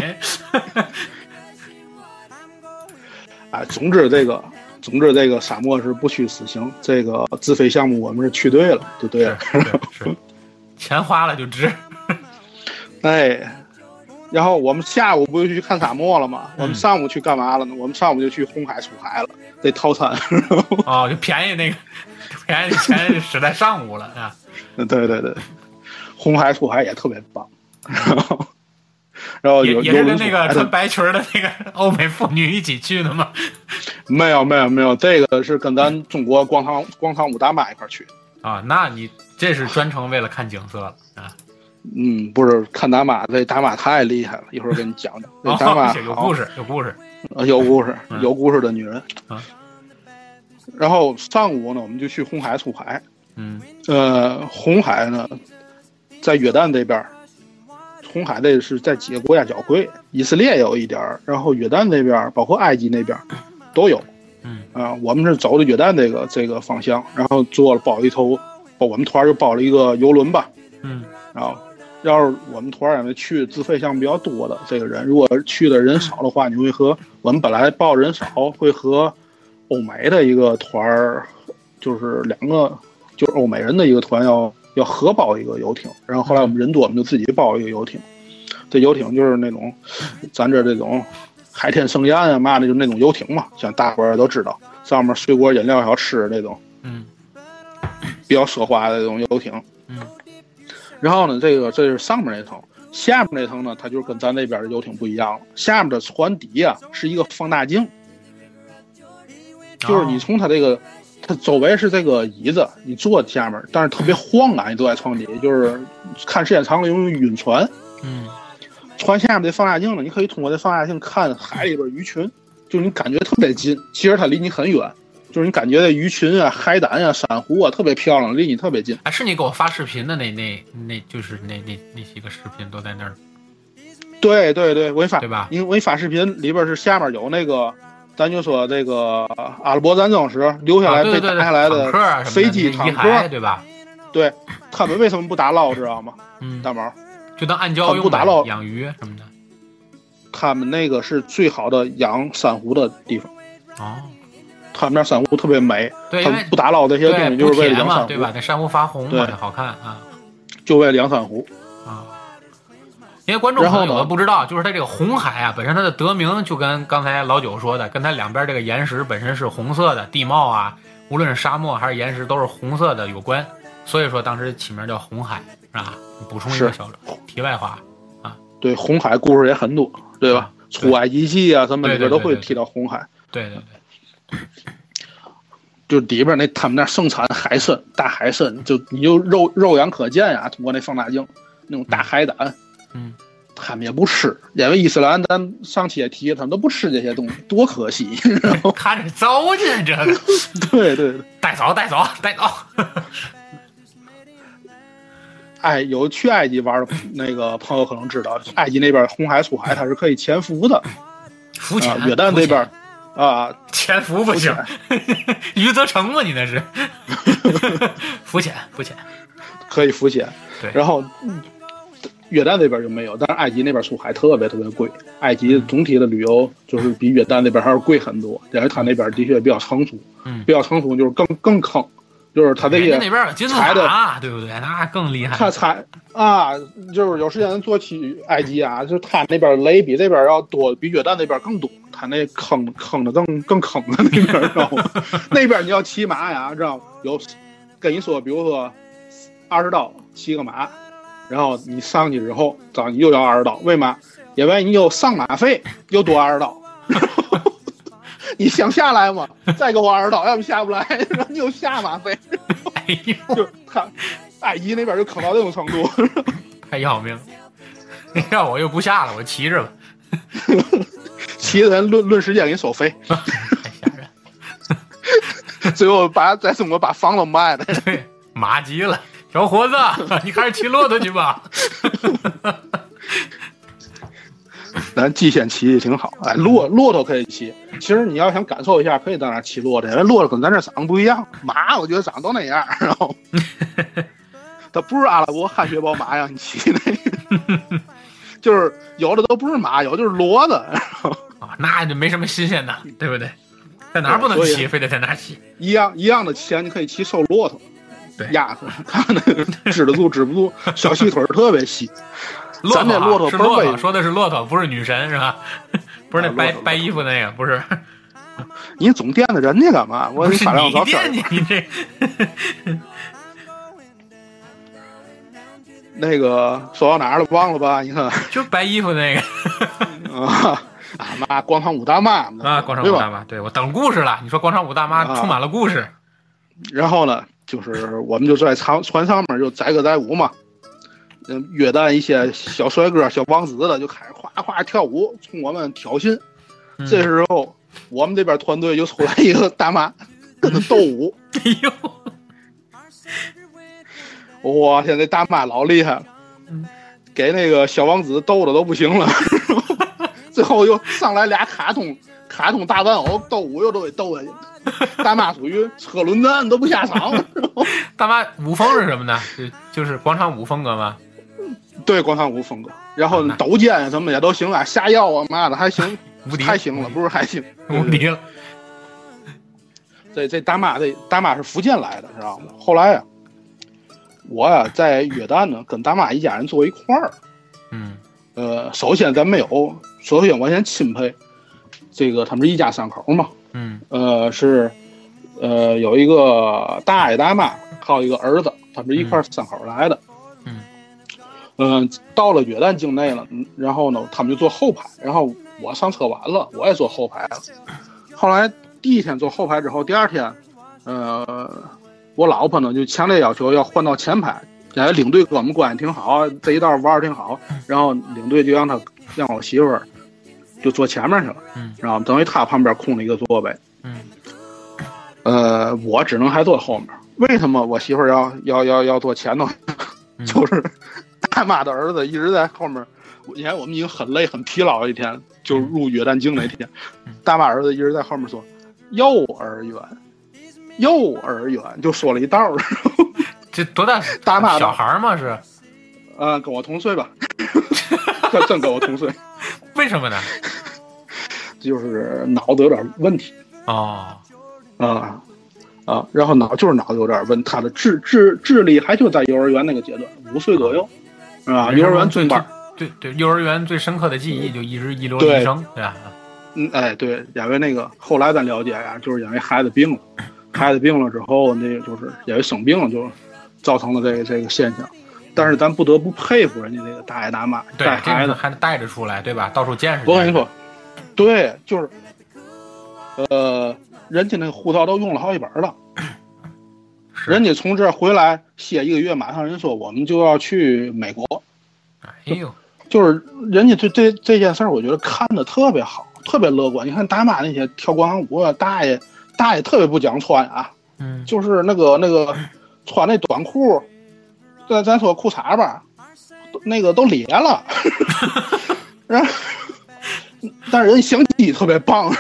哎，总之这个，总之这个沙漠是不虚此行。这个自费项目我们是去对了，就对了， 是是是钱花了就值。 哎，然后我们下午不就去看沙漠了吗？ 嗯、 我们上午去干嘛了呢？我们上午就去红海出海了，这套餐。 哦，就便宜那个。便宜钱使在上午了啊！ 对对对，红海出海也特别棒，然后然后有也也是跟那个穿白裙的那个欧美妇女一起去的吗？ 没有没有没有，这个是跟咱中国广场广场舞大妈一块去啊。那你这是专程为了看景色了啊？ 嗯，不是看大妈，这大妈太厉害了，一会儿跟你讲讲。这大妈、 哦、有故事，有故事， 有故事，有故事的女人。 嗯。啊然后上午呢，我们就去红海出海。 嗯， 呃，红海呢，在约旦这边，红海这是在几个国家交汇，以色列有一点，然后约旦这边，包括埃及那边都有。 嗯， 啊、呃，我们是走的约旦这个这个方向，然后坐了包一头，我们团就包了一个游轮吧。 嗯， 然后要是我们团因为去自费项目比较多的这个人，如果去的人少的话，你会和我们本来报人少，会和欧美的一个团儿，就是两个，就是欧美人的一个团要要合包一个游艇，然后后来我们人多，我们就自己包一个游艇。这游艇就是那种，咱这这种海天盛宴啊嘛的，就那种游艇嘛，像大伙儿都知道，上面水果饮料要吃那种， 嗯， 比较奢华的那种游艇。 嗯， 然后呢，这个这是上面那层，下面那层呢，它就是跟咱那边的游艇不一样了，下面的船底啊是一个放大镜。就是你从它这个，它周围是这个椅子，你坐下面，但是特别晃啊！你坐在床底，就是看时间长了容易晕船。 嗯， 船下面这放大镜呢，你可以通过这放大镜看海里边鱼群，就是你感觉特别近，其实它离你很远，就是你感觉这鱼群啊、海胆啊、珊瑚啊特别漂亮，离你特别近。 哎，是你给我发视频的那那那就是那那那几个视频都在那儿。 对对对，我发对吧？ 因为我发视频里边是下面有那个。咱就说这个阿拉伯战争时留下来被打下来的飞机坦克， 对吧？ 对，他们为什么不打捞知道吗？ 嗯， 大毛就当暗礁用不打捞养鱼什么的。 他们那个是最好的养珊瑚的地方。 哦， 他们那珊瑚特别美， 对， 他们不打捞这些东西就是为了养珊瑚， 对吧？那珊瑚发红嘛，好看啊， 就为了养珊瑚啊。因为观众朋友有的不知道，就是它这个红海啊，本身它的得名就跟刚才老九说的，跟它两边这个岩石本身是红色的，地貌啊，无论是沙漠还是岩石都是红色的有关，所以说当时起名叫红海，是吧？补充一个小题外话啊。 对，红海故事也很多，对吧？出埃及记啊什么里边都会提到红海。 对对对。 就里边那他们那盛产海参，大海参，就你就肉肉眼可见呀、啊，通过那放大镜，那种大海胆。 嗯， 他们也不吃，因为伊斯兰咱上期也提，他们都不吃这些东西，多可惜。 看着糟践这个， 对对对， 带走带走带走。 哎，有去埃及玩的那个朋友可能知道，埃及那边红海出海它是可以潜伏的， 浮潜。 啊、约旦这边啊， 潜伏不行，余则成吗？你那是浮潜浮潜可以浮潜， 对， 然后。嗯约旦那边就没有，但是埃及那边出海特别特别贵。埃及总体的旅游就是比约旦那边还是贵很多，因为它那边的确比较成熟， 嗯， 比较成熟就是更更坑，就是它这些那边有金字塔，对不对？那更厉害。 它采啊，就是有时间做起埃及啊，就是它那边雷比这边要多，比约旦那边更多。它那坑坑的更更坑的那边，知道吗？那边你要骑马呀，知道吗？有跟你说，比如说二十刀骑个马。然后你上去之后，找你又要二十刀，为嘛？因为你有上马费，又多二十刀。你想下来吗？再给我二十刀，要不下不来，然后你又下马费。 哎呦， 就他埃及那边就坑到这种程度， 太要命了。要我又不下了，我骑着吧。 骑的人论论时间给你收费， 太吓人。 最后把在中国把房都卖了。 对，麻急了。小伙子，你开始骑骆驼去吧。 咱蓟县骑挺好，哎，骆骆驼可以骑。其实你要想感受一下，可以到那骑骆驼，因为骆驼跟咱这长得不一样。马我觉得长得都那样，然后它不是阿拉伯汗血宝马让你骑那个，就是有的都不是马，有的就是骡子。 啊，那就没什么新鲜的，对不对？在哪儿不能骑，非得在哪儿骑。 一样一样的钱，你可以骑瘦骆驼， 对， 压着看那个支得住支不住，小细腿特别细。 骆驼、啊、 骆驼是骆驼，说的是骆驼，不是女神是吧？不是那白、啊、白衣服那个，不是。 你总惦着人家干嘛？我发张照片。 你你这。 那个说到哪儿了？忘了吧？你看， 就白衣服那个。 啊啊妈！广场舞大妈啊，广场舞大妈，对我等故事了。你说广场舞大妈充满了故事。啊、 然后呢，就是我们就在船船上面就载歌载舞嘛。嗯，约旦一些小帅哥、小王子的就开始哗哗跳舞，冲我们挑衅。嗯、这时候，我们这边团队就出来一个大妈跟他斗舞。 哎呦！ 哇，现在大妈老厉害了， 嗯、 给那个小王子斗的都不行了。最后又上来俩卡通卡通大玩偶斗舞，又都给斗下去。大妈属于车轮战都不下场。 大妈舞风是什么呢？就就是广场舞风格吗？ 对，广场舞风格，然后抖肩什么也都行啊，下腰啊妈的还行，还行了，不是还行， 无敌了。 这这大妈这大妈是福建来的，知道吗？后来啊，我呀、啊、在约旦呢，跟大妈一家人坐一块儿。 嗯。 呃，首先咱没有，首先我先钦佩这个他们是一家三口嘛。 嗯。 呃，是呃有一个大爷大妈，还有一个儿子，他们是一块三口来的。 嗯。 嗯、呃，到了约旦境内了，然后呢，他们就坐后排，然后我上车晚了，我也坐后排了。后来第一天坐后排之后，第二天，呃，我老婆呢就强烈要求要换到前排，因为领队跟我们关系挺好，这一道玩的挺好，然后领队就让他让我媳妇儿就坐前面去了， 嗯， 然后等于他旁边空了一个座位， 嗯， 呃，我只能还坐后面。为什么我媳妇儿要要要要坐前头？就是大妈的儿子一直在后面，因为我们已经很累很疲劳一天，就入约旦境那天，大妈儿子一直在后面说幼儿园，幼儿园就说了一道。 这多大大妈小孩吗？是， 呃，跟我同岁吧，真跟我同岁。 为什么呢？ 就是脑子有点问题。 哦， 啊。啊，然后脑就是脑子有点问，他的智智智力还就在幼儿园那个阶段，五岁左右，啊，幼儿园中班， 对对，幼儿园最深刻的记忆就一直遗留一生，对吧？ 嗯，哎，对，因为那个后来咱了解呀、啊，就是因为孩子病了，孩子病了之后，那个就是因为生病了，就造成了这个这个现象。但是咱不得不佩服人家这个大爷大妈带孩子， 还带着出来，对吧？到处见识。 我跟你说，对，就是，呃。人家那个护照都用了好几本了，人家从这儿回来歇一个月，马上人说我们就要去美国。 哎呦， 就是人家对这这件事儿，我觉得看得特别好，特别乐观。你看大妈那些跳广场舞，大爷大爷特别不讲穿啊， 嗯， 就是那个那个穿那短裤，咱咱说裤衩吧，那个都裂了，然后但是人相机特别棒。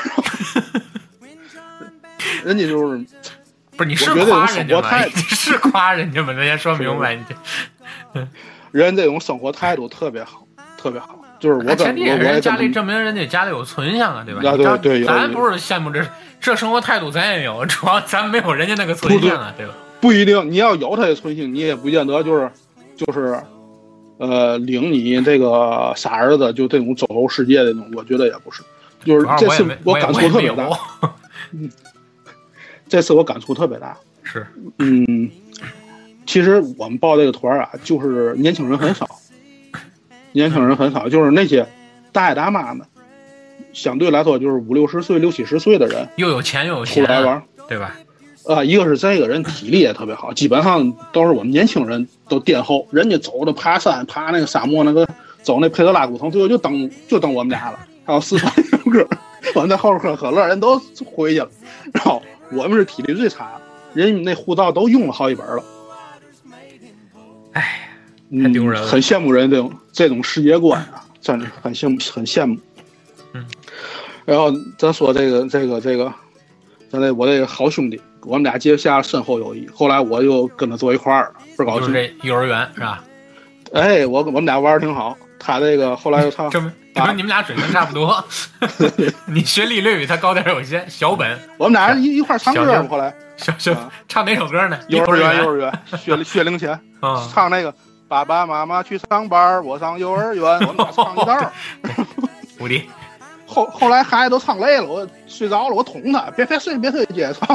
人家就是不是你是夸人家吗？你是夸人家吗？人家说明白你这， 人这种生活态度特别好，特别好。就是我前提也是人家里证明人家家里有存相啊，对吧？ 啊，对对， 咱不是羡慕这这生活态度，咱也有，主要咱没有人家那个存相啊，对吧？ 不一定，你要有他的存性，你也不见得就是就是，呃，领你这个傻儿子就这种走后世界的那种，我觉得也不是。就是这次我感触特别大。嗯。这次我感触特别大， 是， 嗯，其实我们报这个团啊，就是年轻人很少，年轻人很少，就是那些大爷大妈们，相对来说就是五六十岁、六七十岁的人， 又有钱又有钱， 出来玩， 对吧？ 啊，一个是这个人体力也特别好，基本上都是我们年轻人都垫后，人家走的爬山、爬那个沙漠那个走那佩德拉古城，最后就等就等我们俩了，还有四川歌，我们在后边喝可乐，人都回去了，然后。我们是体力最差的，人家那护照都用了好几本了。 哎，太丢人了、 嗯，很羡慕人这种这种世界观啊， 真的很羡慕，很羡慕。 嗯， 然后咱说这个这个这个，咱这我这个好兄弟，我们俩结下深厚友谊。后来我就跟他坐一块儿，倍儿高兴。 就是这幼儿园是吧？ 哎，我我们俩玩的挺好。他这个后来又唱， 证明证明你们俩水平差不多。你学历略比他高点有限，小本。 我们俩一一块唱歌，后来小小、啊、唱哪首歌呢？ 幼儿园，幼儿园，学学龄前， 嗯， 唱那个爸爸妈妈去上班，我上幼儿园，我们俩唱一道。 无敌。 后后来孩子都唱累了，我睡着了，我捅他，别别睡，别睡，接着唱。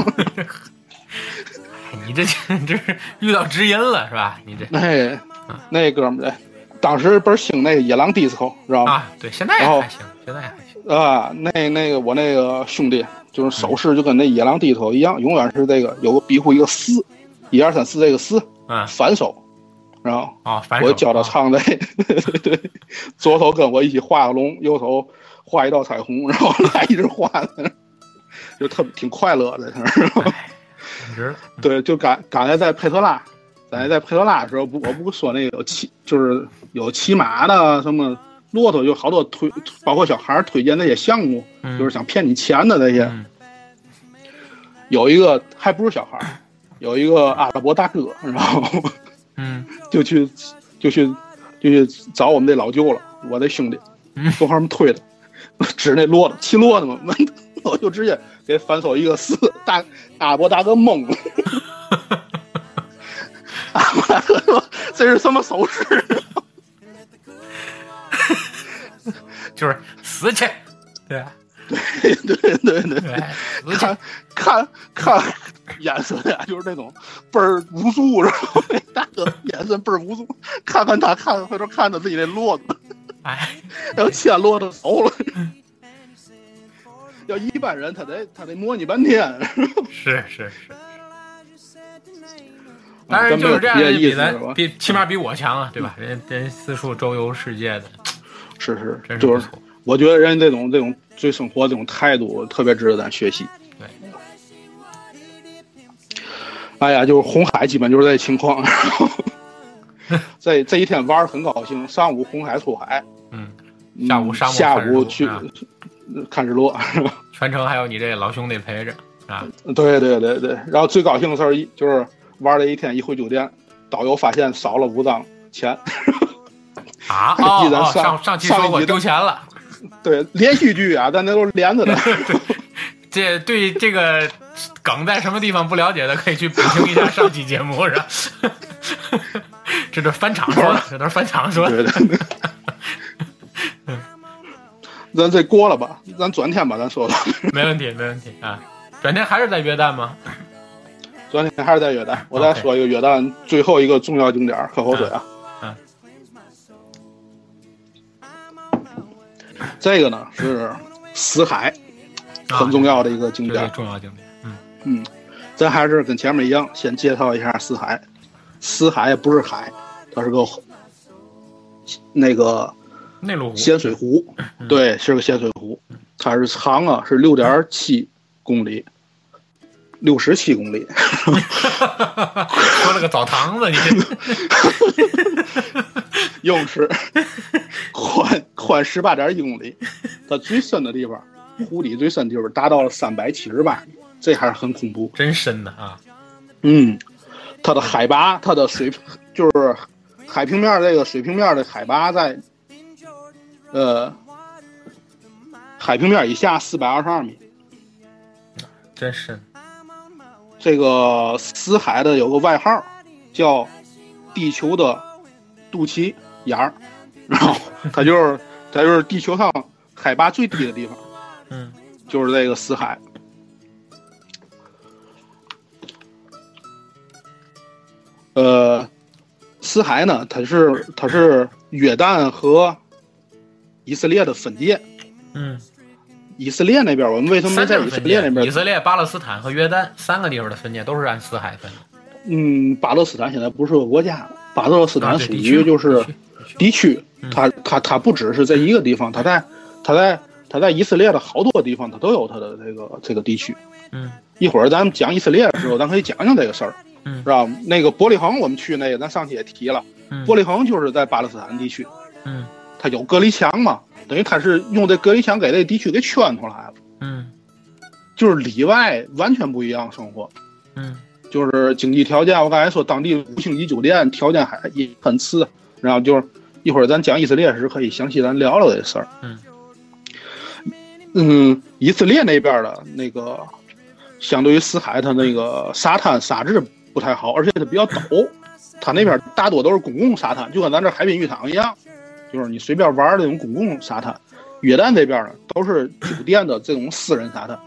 你这这是遇到知音了是吧？你这哎，那哥们儿，当时倍儿兴那个野狼 disco， 知道吗？ 啊，对，现在也还行，现在也还行啊。那那个我那个兄弟，就是手势就跟那野狼 disco 一样，永远是这个有个庇护一个四，一二三四这个四， 嗯， 反手，然后啊，反手， 我教他唱这，对对，左手跟我一起画个龙，右手画一道彩虹，然后来一直画，就特别挺快乐的，对，就赶赶才在佩特拉。咱在佩特拉的时候，不，我不说那个有骑，就是有骑马的什么骆驼，有好多推，包括小孩推荐那些项目， 嗯、 就是想骗你钱的那些。 嗯、 有一个还不是小孩，有一个阿拉伯大哥，然后， 嗯， 就去就去就去找我们这老舅了，我这兄弟，从后面推的，指那骆驼，骑骆驼嘛，我就直接给反手一个四，大阿拉伯大哥懵了。大哥说：“这是什么手势？” 就是死去，对吧？ 对对对对对，看看看眼神呀，就是那种倍儿无助，然后那大哥眼神倍儿无助，看看他，看回头看着自己那骆驼， 哎， 然后牵骆驼走了。要一般人，他得他得模拟半天。 是是是。当然就是这样的比咱比起码比我强啊，对吧？人人四处周游世界的， 是是， 真是就是我觉得人这种这种对生活这种态度特别值得咱学习。 对， 哎呀，就是红海基本就是这情况。这这一天玩很高兴，上午红海出海， 嗯，下午沙漠下午去看日落， 全程还有你这老兄弟陪着啊。 对对对对，然后最高兴的事儿就是。玩了一天，一回酒店，导游发现少了五张钱。 啊！哦哦，上上期说过丢钱了。 对，连续剧啊，但那都是连着的。 这对这个梗在什么地方不了解的，可以去补听一下上期节目，是吧？这都是翻场说的，这都是翻场说的。对对对。 咱这过了吧？咱转天吧，咱说吧。 没问题，没问题啊！转天还是在约旦吗？ 昨天还是在约旦，我再说一个约旦最后一个重要景点，喝口水啊。 嗯。 嗯这个呢是死海，很重要的一个景点。 啊、重要景点。嗯嗯，咱还是跟前面一样，先介绍一下死海。死海不是海，它是个那个内陆湖， 咸水湖。 嗯、 对，是个咸水湖，它是长啊，是六点七公里。六十七公里， 说了个澡堂子，你泳池宽宽十八点一公里，它最深的地方，湖底最深的地方达到了三百七十八米，这还是很恐怖， 真深的啊！ 嗯，它的海拔，它的水就是海平面这个水平面的海拔在，呃，海平面以下四百二十二米， 真深。 这个死海的有个外号叫地球的肚脐眼儿，然后它就是它就是地球上海拔最低的地方， 嗯， 就是这个死海。呃，死海呢，它是它是约旦和以色列的分界， 嗯。 以色列那边，我们为什么没在以色列那边？ 以色列、巴勒斯坦和约旦三个地方的分界都是按死海分的。 嗯，巴勒斯坦现在不是个国家，巴勒斯坦属于就是地区，它它它不只是这一个地方，它在它在它在以色列的好多地方，它都有它的这个这个地区。 嗯， 一会儿咱们讲以色列的时候，咱可以讲讲这个事儿， 嗯， 是吧？那个伯利恒我们去那个，咱上期也提了， 嗯、 伯利恒就是在巴勒斯坦地区， 嗯， 它有隔离墙嘛，等于它是用这隔离墙给这地区给圈出来了。 嗯， 就是里外完全不一样生活。 嗯， 就是经济条件，我刚才说当地五星级酒店条件还也很次，然后就是一会儿咱讲以色列时可以详细咱聊聊这事儿。 嗯， 嗯，以色列那边的那个相对于死海，它那个沙滩沙质不太好，而且它比较陡，它那边大多都是公共沙滩，就跟咱这海滨浴场一样，就是你随便玩的那种公共沙滩。约旦这边呢都是酒店的这种私人沙滩。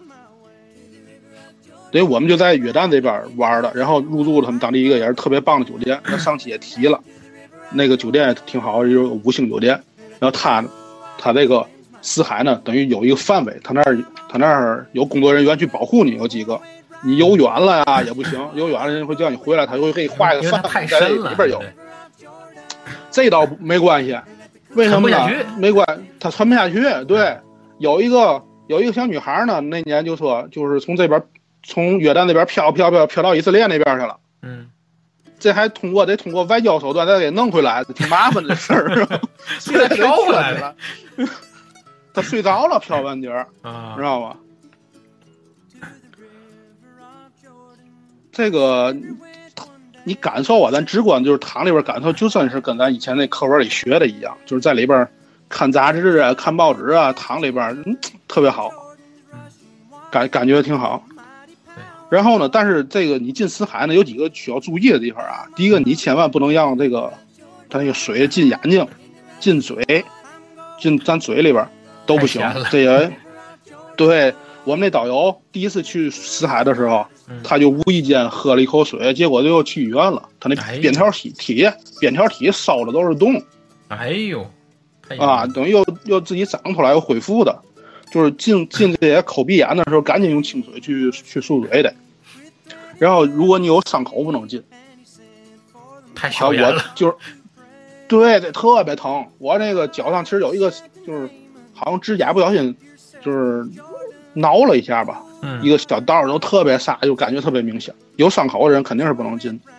所以我们就在约旦这边玩的，然后入住了他们当地一个也是特别棒的酒店。那上期也提了，那个酒店挺好，就是五星酒店。然后他，他这个死海呢，等于有一个范围，他那儿他那儿有工作人员去保护你，有几个。你游远了呀也不行，游远了人会叫你回来，他就会给你画一个范围在里边有。这倒没关系，为什么呢？没关，他穿不下去。对，有一个有一个小女孩呢，那年就说就是从这边。从约旦那边飘飘飘飘到以色列那边去了， 嗯， 这还通过得通过外交手段再给弄回来，挺麻烦的事儿。 现在飘回来了， 他睡着了，飘半截儿， 啊， 知道吗？这个你感受啊，咱直观就是躺里边感受，就算是跟咱以前那课文里学的一样，就是在里边看杂志啊、看报纸啊，躺里边、嗯、特别好，感感觉挺好。然后呢，但是这个你进死海呢，有几个需要注意的地方啊。第一个，你千万不能让这个它那个水进眼睛、进嘴、进咱嘴里边都不行。这也对我们那导游第一次去死海的时候，嗯、他就无意间喝了一口水，结果就又去医院了。他那扁条体体扁条体烧的都是洞。 哎呦， 啊，等于又又自己长出来又恢复的。就是进进这些口鼻炎的时候，赶紧用清水去去漱嘴的。然后，如果你有伤口，不能进。 太小眼了。 就是，对，这特别疼。我那个脚上其实有一个，就是好像指甲不小心就是挠了一下吧， 嗯、 一个小道都特别煞，就感觉特别明显。有伤口的人肯定是不能进。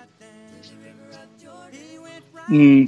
嗯。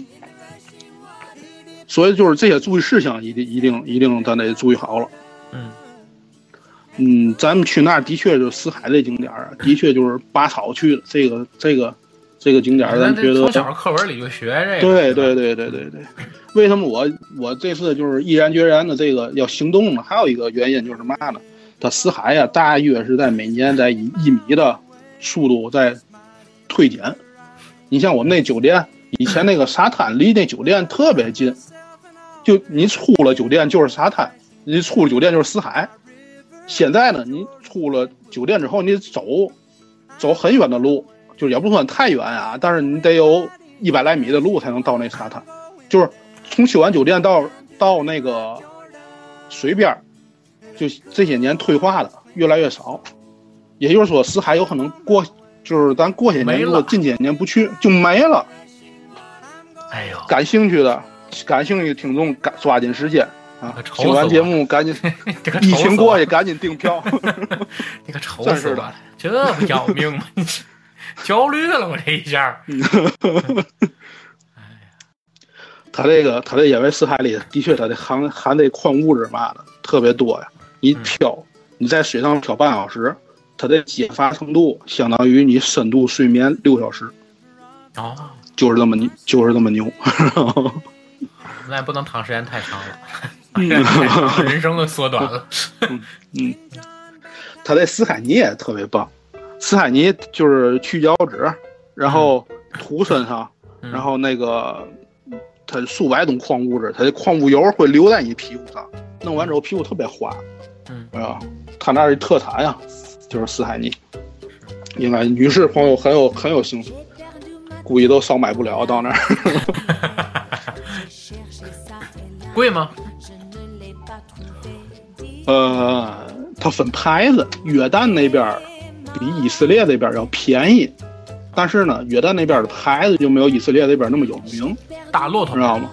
所以就是这些注意事项一定一定一定咱得注意好了。 嗯嗯，咱们去那儿的确就是死海这景点啊，的确就是拔草去的。这个这个这个景点，咱觉得从小课文里就学这个。 对对对对对对。为什么我我这次就是毅然决然的这个要行动呢？还有一个原因就是嘛呢？它死海呀、啊，大约是在每年在以一米的速度在退减。你像我们那酒店，以前那个沙滩离那酒店特别近。就你出了酒店就是沙滩，你出了酒店就是死海。现在呢，你出了酒店之后，你走走很远的路，就也不算太远啊，但是你得有一百来米的路才能到那沙滩。就是从修完酒店到到那个水边，就这些年退化的越来越少。也就是说，死海有可能过，就是咱过些年如果近些年不去就没了。 哎呦， 感兴趣的。感兴趣的听众赶抓紧时间啊！听完节目赶紧，疫情过去赶紧订票。 你可愁死我了，这不要命吗？焦虑了我这一下。哎呀， 他这个他这野外死海里的确他这含含这矿物质嘛的特别多呀。你漂，嗯、你在水上漂半小时，它的解乏程度相当于你深度睡眠六小时。 哦， 就是这么牛，就是这么牛。 那也不能躺时间太长了，嗯、人生都缩短了。 嗯嗯，他这死海泥也特别棒，死海泥就是去角质，然后涂身上， 嗯、 然后那个它数百种矿物质，它的矿物油会留在你皮肤上，弄完之后皮肤特别滑。 嗯啊，他那儿特产呀，就是死海泥，应该女士朋友很有很有兴趣，估计都少买不了到那儿。 贵吗？ 呃，它分牌子，约旦那边比以色列那边要便宜，但是呢，约旦那边的牌子就没有以色列那边那么有名。 大骆驼， 知道吗？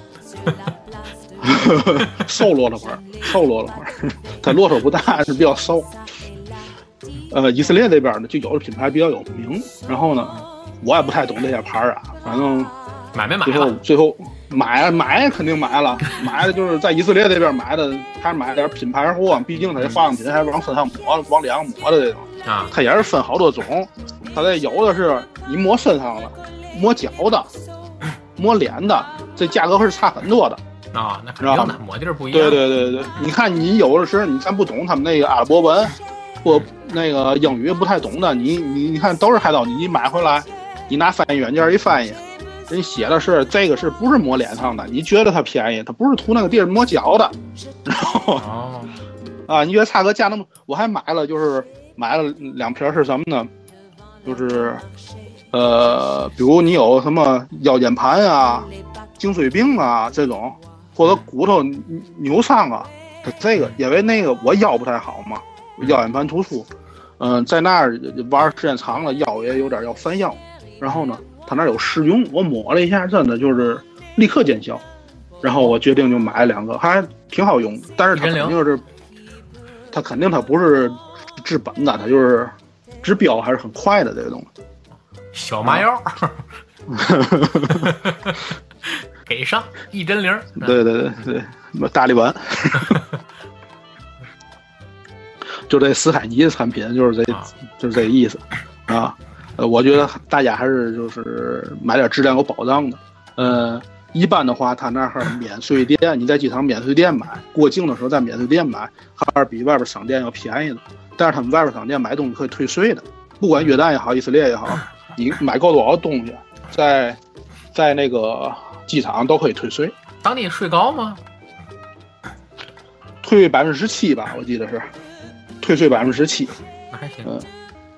瘦骆驼块，瘦骆驼块，它骆驼不大，是比较瘦。呃，以色列那边呢，就有的品牌比较有名，然后呢，我也不太懂这些牌啊，反正买没买？ 最后最后。 买买肯定买了，买的就是在以色列这边买的，还是买点品牌货，毕竟它这化妆品还是往身上抹、往脸上抹的这种啊。 它也是分好多种，它这有的是你抹身上的，抹脚的，抹脸的，这价格是差很多的。 啊，那肯定的，抹地儿不一样。 对对对对，你看你有的时候你咱不懂他们那个阿拉伯文或那个英语不太懂的，你你你看都是海盗，你买回来，你拿翻译软件一翻译。人写的是这个是不是抹脸上的？你觉得它便宜，它不是涂那个地儿抹脚的。然后、哦、啊，你觉得差个价那么，我还买了，就是买了两瓶是什么呢？就是呃，比如你有什么腰间盘啊、颈椎病啊这种，或者骨头扭伤啊，它这个因为那个我腰不太好嘛，腰间盘突出，嗯、呃，在那儿玩时间长了，腰也有点要犯腰，然后呢。他那有试用，我摸了一下，真的就是立刻见效。然后我决定就买了两个，还挺好用。但是它肯定是，它肯定它不是治本的，它就是治标还是很快的这个东西。 小麻药，啊、给上一针铃。 对对对对，大力丸。就这斯凯吉的产品就是这，啊、就是这个意思啊。呃，我觉得大家还是就是买点质量有保障的。呃，一般的话，他那儿免税店，你在机场免税店买，过境的时候在免税店买，还是比外边商店要便宜的。但是他们外边商店买东西可以退税的，不管约旦也好，以色列也好，你买够多少东西，在在那个机场都可以退税。 当地税高吗？ 退百分之十七吧，我记得是，退税百分之十七。 那还行。 嗯。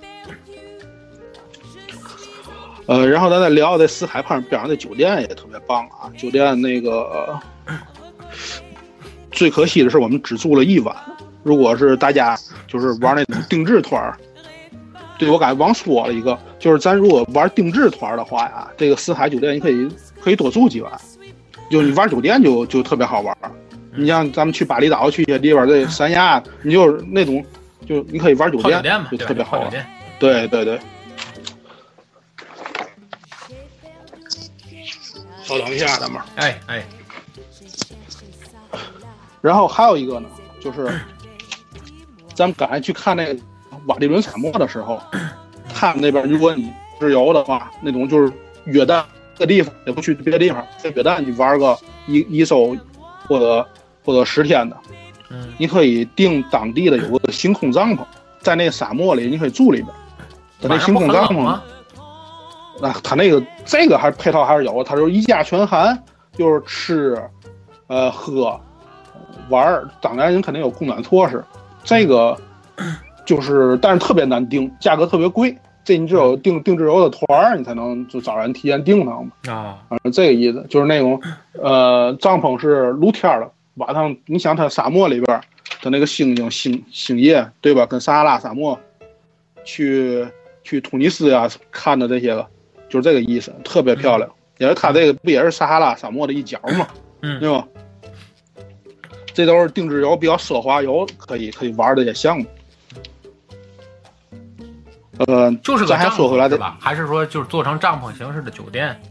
呃，然后咱再聊这死海旁边上的酒店也特别棒啊！酒店那个、呃、最可惜的是我们只住了一晚。如果是大家就是玩那种定制团，对我刚才忘说了一个，就是咱如果玩定制团的话呀，这个死海酒店你可以可以多住几晚，就你玩酒店就就特别好玩。你像咱们去巴厘岛去一些地方，这三亚，你就是那种就你可以玩酒店，就特别好玩。对对对。稍等一下，咱们。 哎哎。 然后还有一个呢，就是咱们刚才去看那个瓦利伦沙漠的时候，他们那边如果你自由的话，那种就是约旦的地方，也不去别的地方，在约旦你玩个一一周或者或者十天的， 嗯， 你可以订当地的有个星空帐篷，在那个沙漠里你可以住里边，在那星空帐篷。那他那个这个还配套还是有，他就是一家全含，就是吃，呃喝，玩，当然人肯定有供暖措施。这个就是，但是特别难订，价格特别贵。这你只有订定制游的团，你才能就找人提前订上嘛。 啊， 嗯，这个意思就是那种，呃，帐篷是露天的，晚上你想它沙漠里边的那个星星星星夜，对吧？跟撒哈拉沙漠去去突尼斯呀、啊、看的这些个。就是这个意思，特别漂亮。因为它这个不也是撒哈拉沙漠的一角嘛， 嗯， 对吧？这都是定制游比较奢华游可以可以玩的一些项目。呃， 就是个咱还说回来的吧？还是说就是做成帐篷形式的酒店？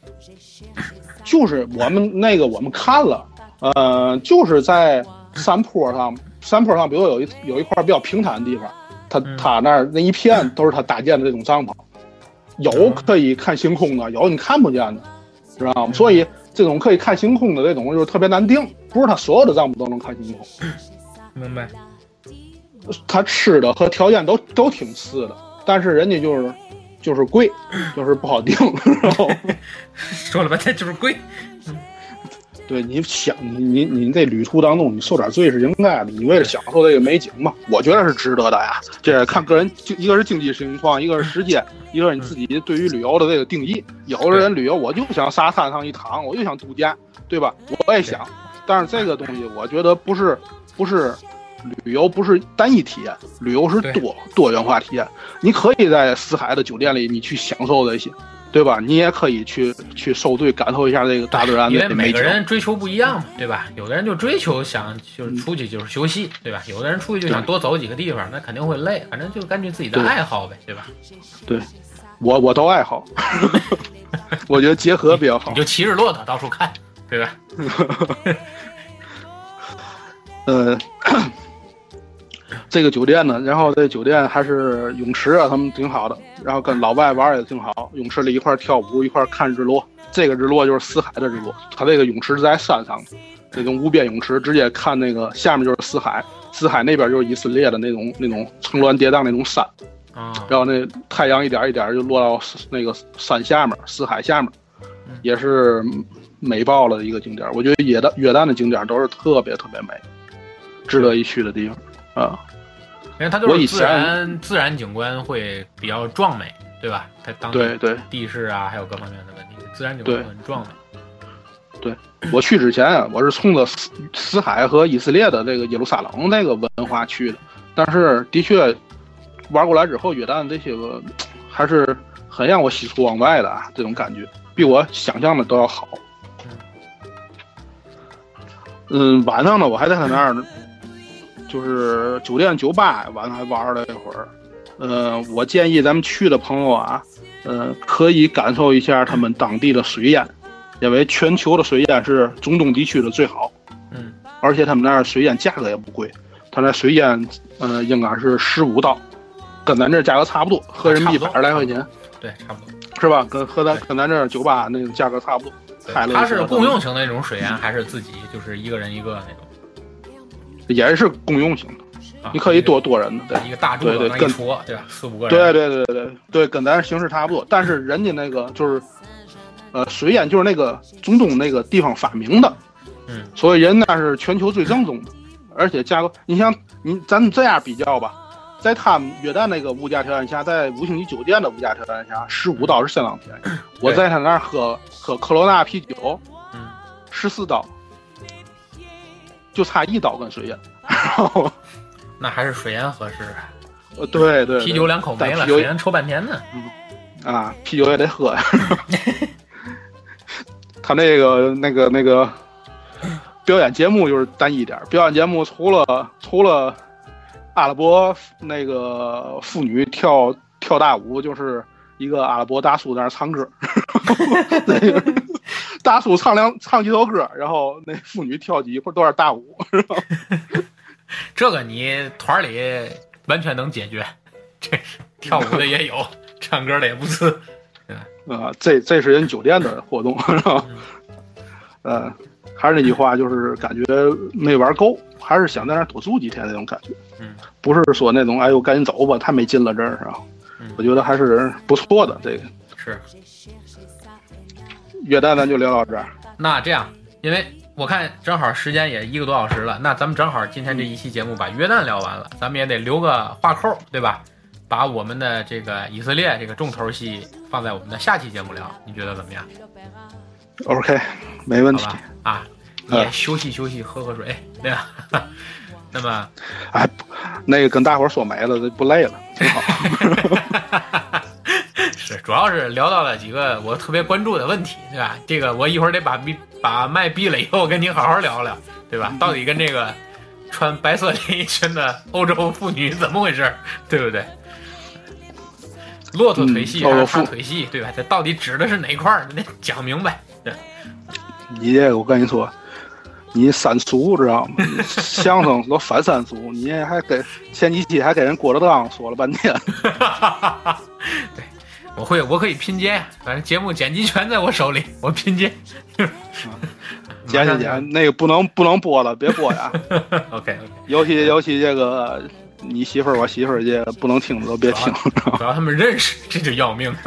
就是我们那个我们看了，呃，就是在山坡上，山坡上，比如有一有一块比较平坦的地方，他他那儿那一片都是他搭建的这种帐篷。有可以看星空的，有你看不见的，知道吗？所以这种可以看星空的这种就是特别难订，不是他所有的帐篷都能看星空。 明白。 他吃的和条件都都挺次的，但是人家就是就是贵，就是不好订。然后说了半天就是贵。 对，你想你你你这旅途当中你受点罪是应该的，你为了享受这个美景嘛，我觉得是值得的呀。这看个人，一个是经济情况，一个是时间，一个是你自己对于旅游的这个定义。有的人旅游我就想沙滩上一躺，我就想度假，对吧？我也想，但是这个东西我觉得不是不是旅游，不是单一体验，旅游是多多元化体验。你可以在死海的酒店里你去享受这些。对吧？你也可以去去受罪，感受一下这个大自然的美景。 因为每个人追求不一样嘛，对吧？有的人就追求想就是出去就是休息，对吧？有的人出去就想多走几个地方，那肯定会累。反正就根据自己的爱好呗，对吧？ 对，我我都爱好，我觉得结合比较好。 你就骑着骆驼到处看。 对吧？ 呃，这个酒店呢，然后这酒店还是泳池啊，他们挺好的，然后跟老外玩也挺好，泳池里一块跳舞，一块看日落。这个日落就是死海的日落，它这个泳池是在山上，这种无边泳池，直接看那个下面就是死海，死海那边就是以色列的那种那种层峦叠嶂那种山， 啊， 然后那太阳一点一点就落到那个山下面，死海下面，也是美爆了的一个景点。我觉得约旦约旦的景点都是特别特别美，值得一去的地方啊。 因为它都是自然自然景观会比较壮美，对吧？它当地对对地势啊，还有各方面的问题，自然景观很壮美。 对，我去之前啊，我是冲着死死海和以色列的这个耶路撒冷那个文化去的，但是的确玩过来之后，约旦这些个还是很让我喜出望外的啊，这种感觉比我想象的都要好。嗯，晚上呢，我还在他那儿，就是酒店酒吧，晚上还玩了一会儿。呃，我建议咱们去的朋友啊，呃，可以感受一下他们当地的水烟。因为全球的水烟是中东地区的最好， 嗯， 而且他们那儿水烟价格也不贵，他那水烟，呃，应该是十五刀，跟咱这价格差不多，合人民币百十来块钱， 对，差不多， 是吧？跟和咱跟咱这酒吧那个价格差不多。 它是共用型的那种水烟，还是自己就是一个人一个那种？ 也是共用型的，啊、你可以多多人的，对， 一个大柱子一戳，对吧？四五个人， 对对对对对，跟咱形式差不多，但是人家那个就是。呃，水烟就是那个中东那个地方发明的， 嗯， 所以人那是全球最正宗的，而且价格，你像你咱这样比较吧，在他们约旦那个物价条件下，在五星级酒店的物价条件下，十五刀是相当便宜。我在他那儿喝喝科罗娜啤酒， 嗯， 十四刀，就差一刀跟水烟，然后那还是水烟合适。 呃，对 对, 对， 啤酒两口没了，水烟抽半天呢。 嗯，啊，啤酒也得喝。他那个那个那个表演节目就是单一点，表演节目除了除了阿拉伯那个妇女跳跳大舞，就是一个阿拉伯大叔在那唱歌，那个大叔唱两唱几首歌，然后那妇女跳几或多少大舞， 这个你团里完全能解决，这是跳舞的也有，唱歌的也不次。 啊、呃，这这是人酒店的活动，是吧？呃，还是那句话，就是感觉没玩够，还是想在那儿多住几天那种感觉。 嗯， 不是说那种哎呦赶紧走吧，太没劲了这儿是吧？嗯，我觉得还是不错的。这个是。 约旦咱就聊到这儿。 那这样，因为我看正好时间也一个多小时了，那咱们正好今天这一期节目把约旦聊完了，咱们也得留个话扣，对吧？把我们的这个以色列这个重头戏放在我们的下期节目聊，你觉得怎么样 ？OK， 没问题啊！也休息休息，喝喝水，对吧？那么， 哎，那个跟大伙儿说没了，不累了，挺好。 是，主要是聊到了几个我特别关注的问题，对吧？这个我一会儿得把把麦闭了以后，跟你好好聊聊，对吧？到底跟这个穿白色连衣裙的欧洲妇女怎么回事，对不对？骆驼腿细还是他腿细，嗯、对吧？这到底指的是哪块儿？得讲明白。对， 你这个我跟你说，你三俗知道吗？相声都反三俗，你还给前几期还给人郭德纲说了半天。 对，我会，我可以拼接，反正节目剪辑权在我手里，我拼接。 剪剪剪，那个不能不能播了，别播呀。 OK OK， 尤其尤其这个。你媳妇儿我媳妇儿这不能听的都别听， 主要他们认识，这就要命。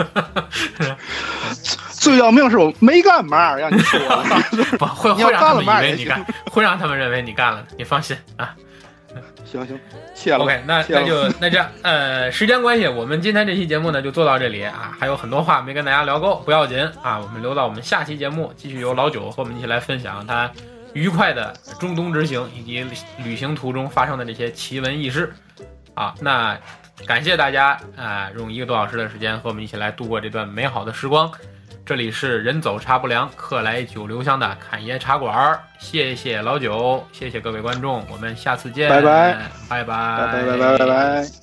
最要命是我没干嘛，让你说不会会让他们以为你干，会让他们认为你干了，你放心啊。 行行，谢了。 OK， 那那就那这样，呃，时间关系，我们今天这期节目呢就做到这里啊，还有很多话没跟大家聊够，不要紧啊，我们留到我们下期节目，继续由老九和我们一起来分享他愉快的中东之行以及旅行途中发生的这些奇闻异事啊，那感谢大家啊、呃，用一个多小时的时间和我们一起来度过这段美好的时光。这里是人走茶不凉，客来酒留香的侃爷茶馆，谢谢老九，谢谢各位观众，我们下次见， 拜拜， 拜拜， 拜拜拜拜拜拜。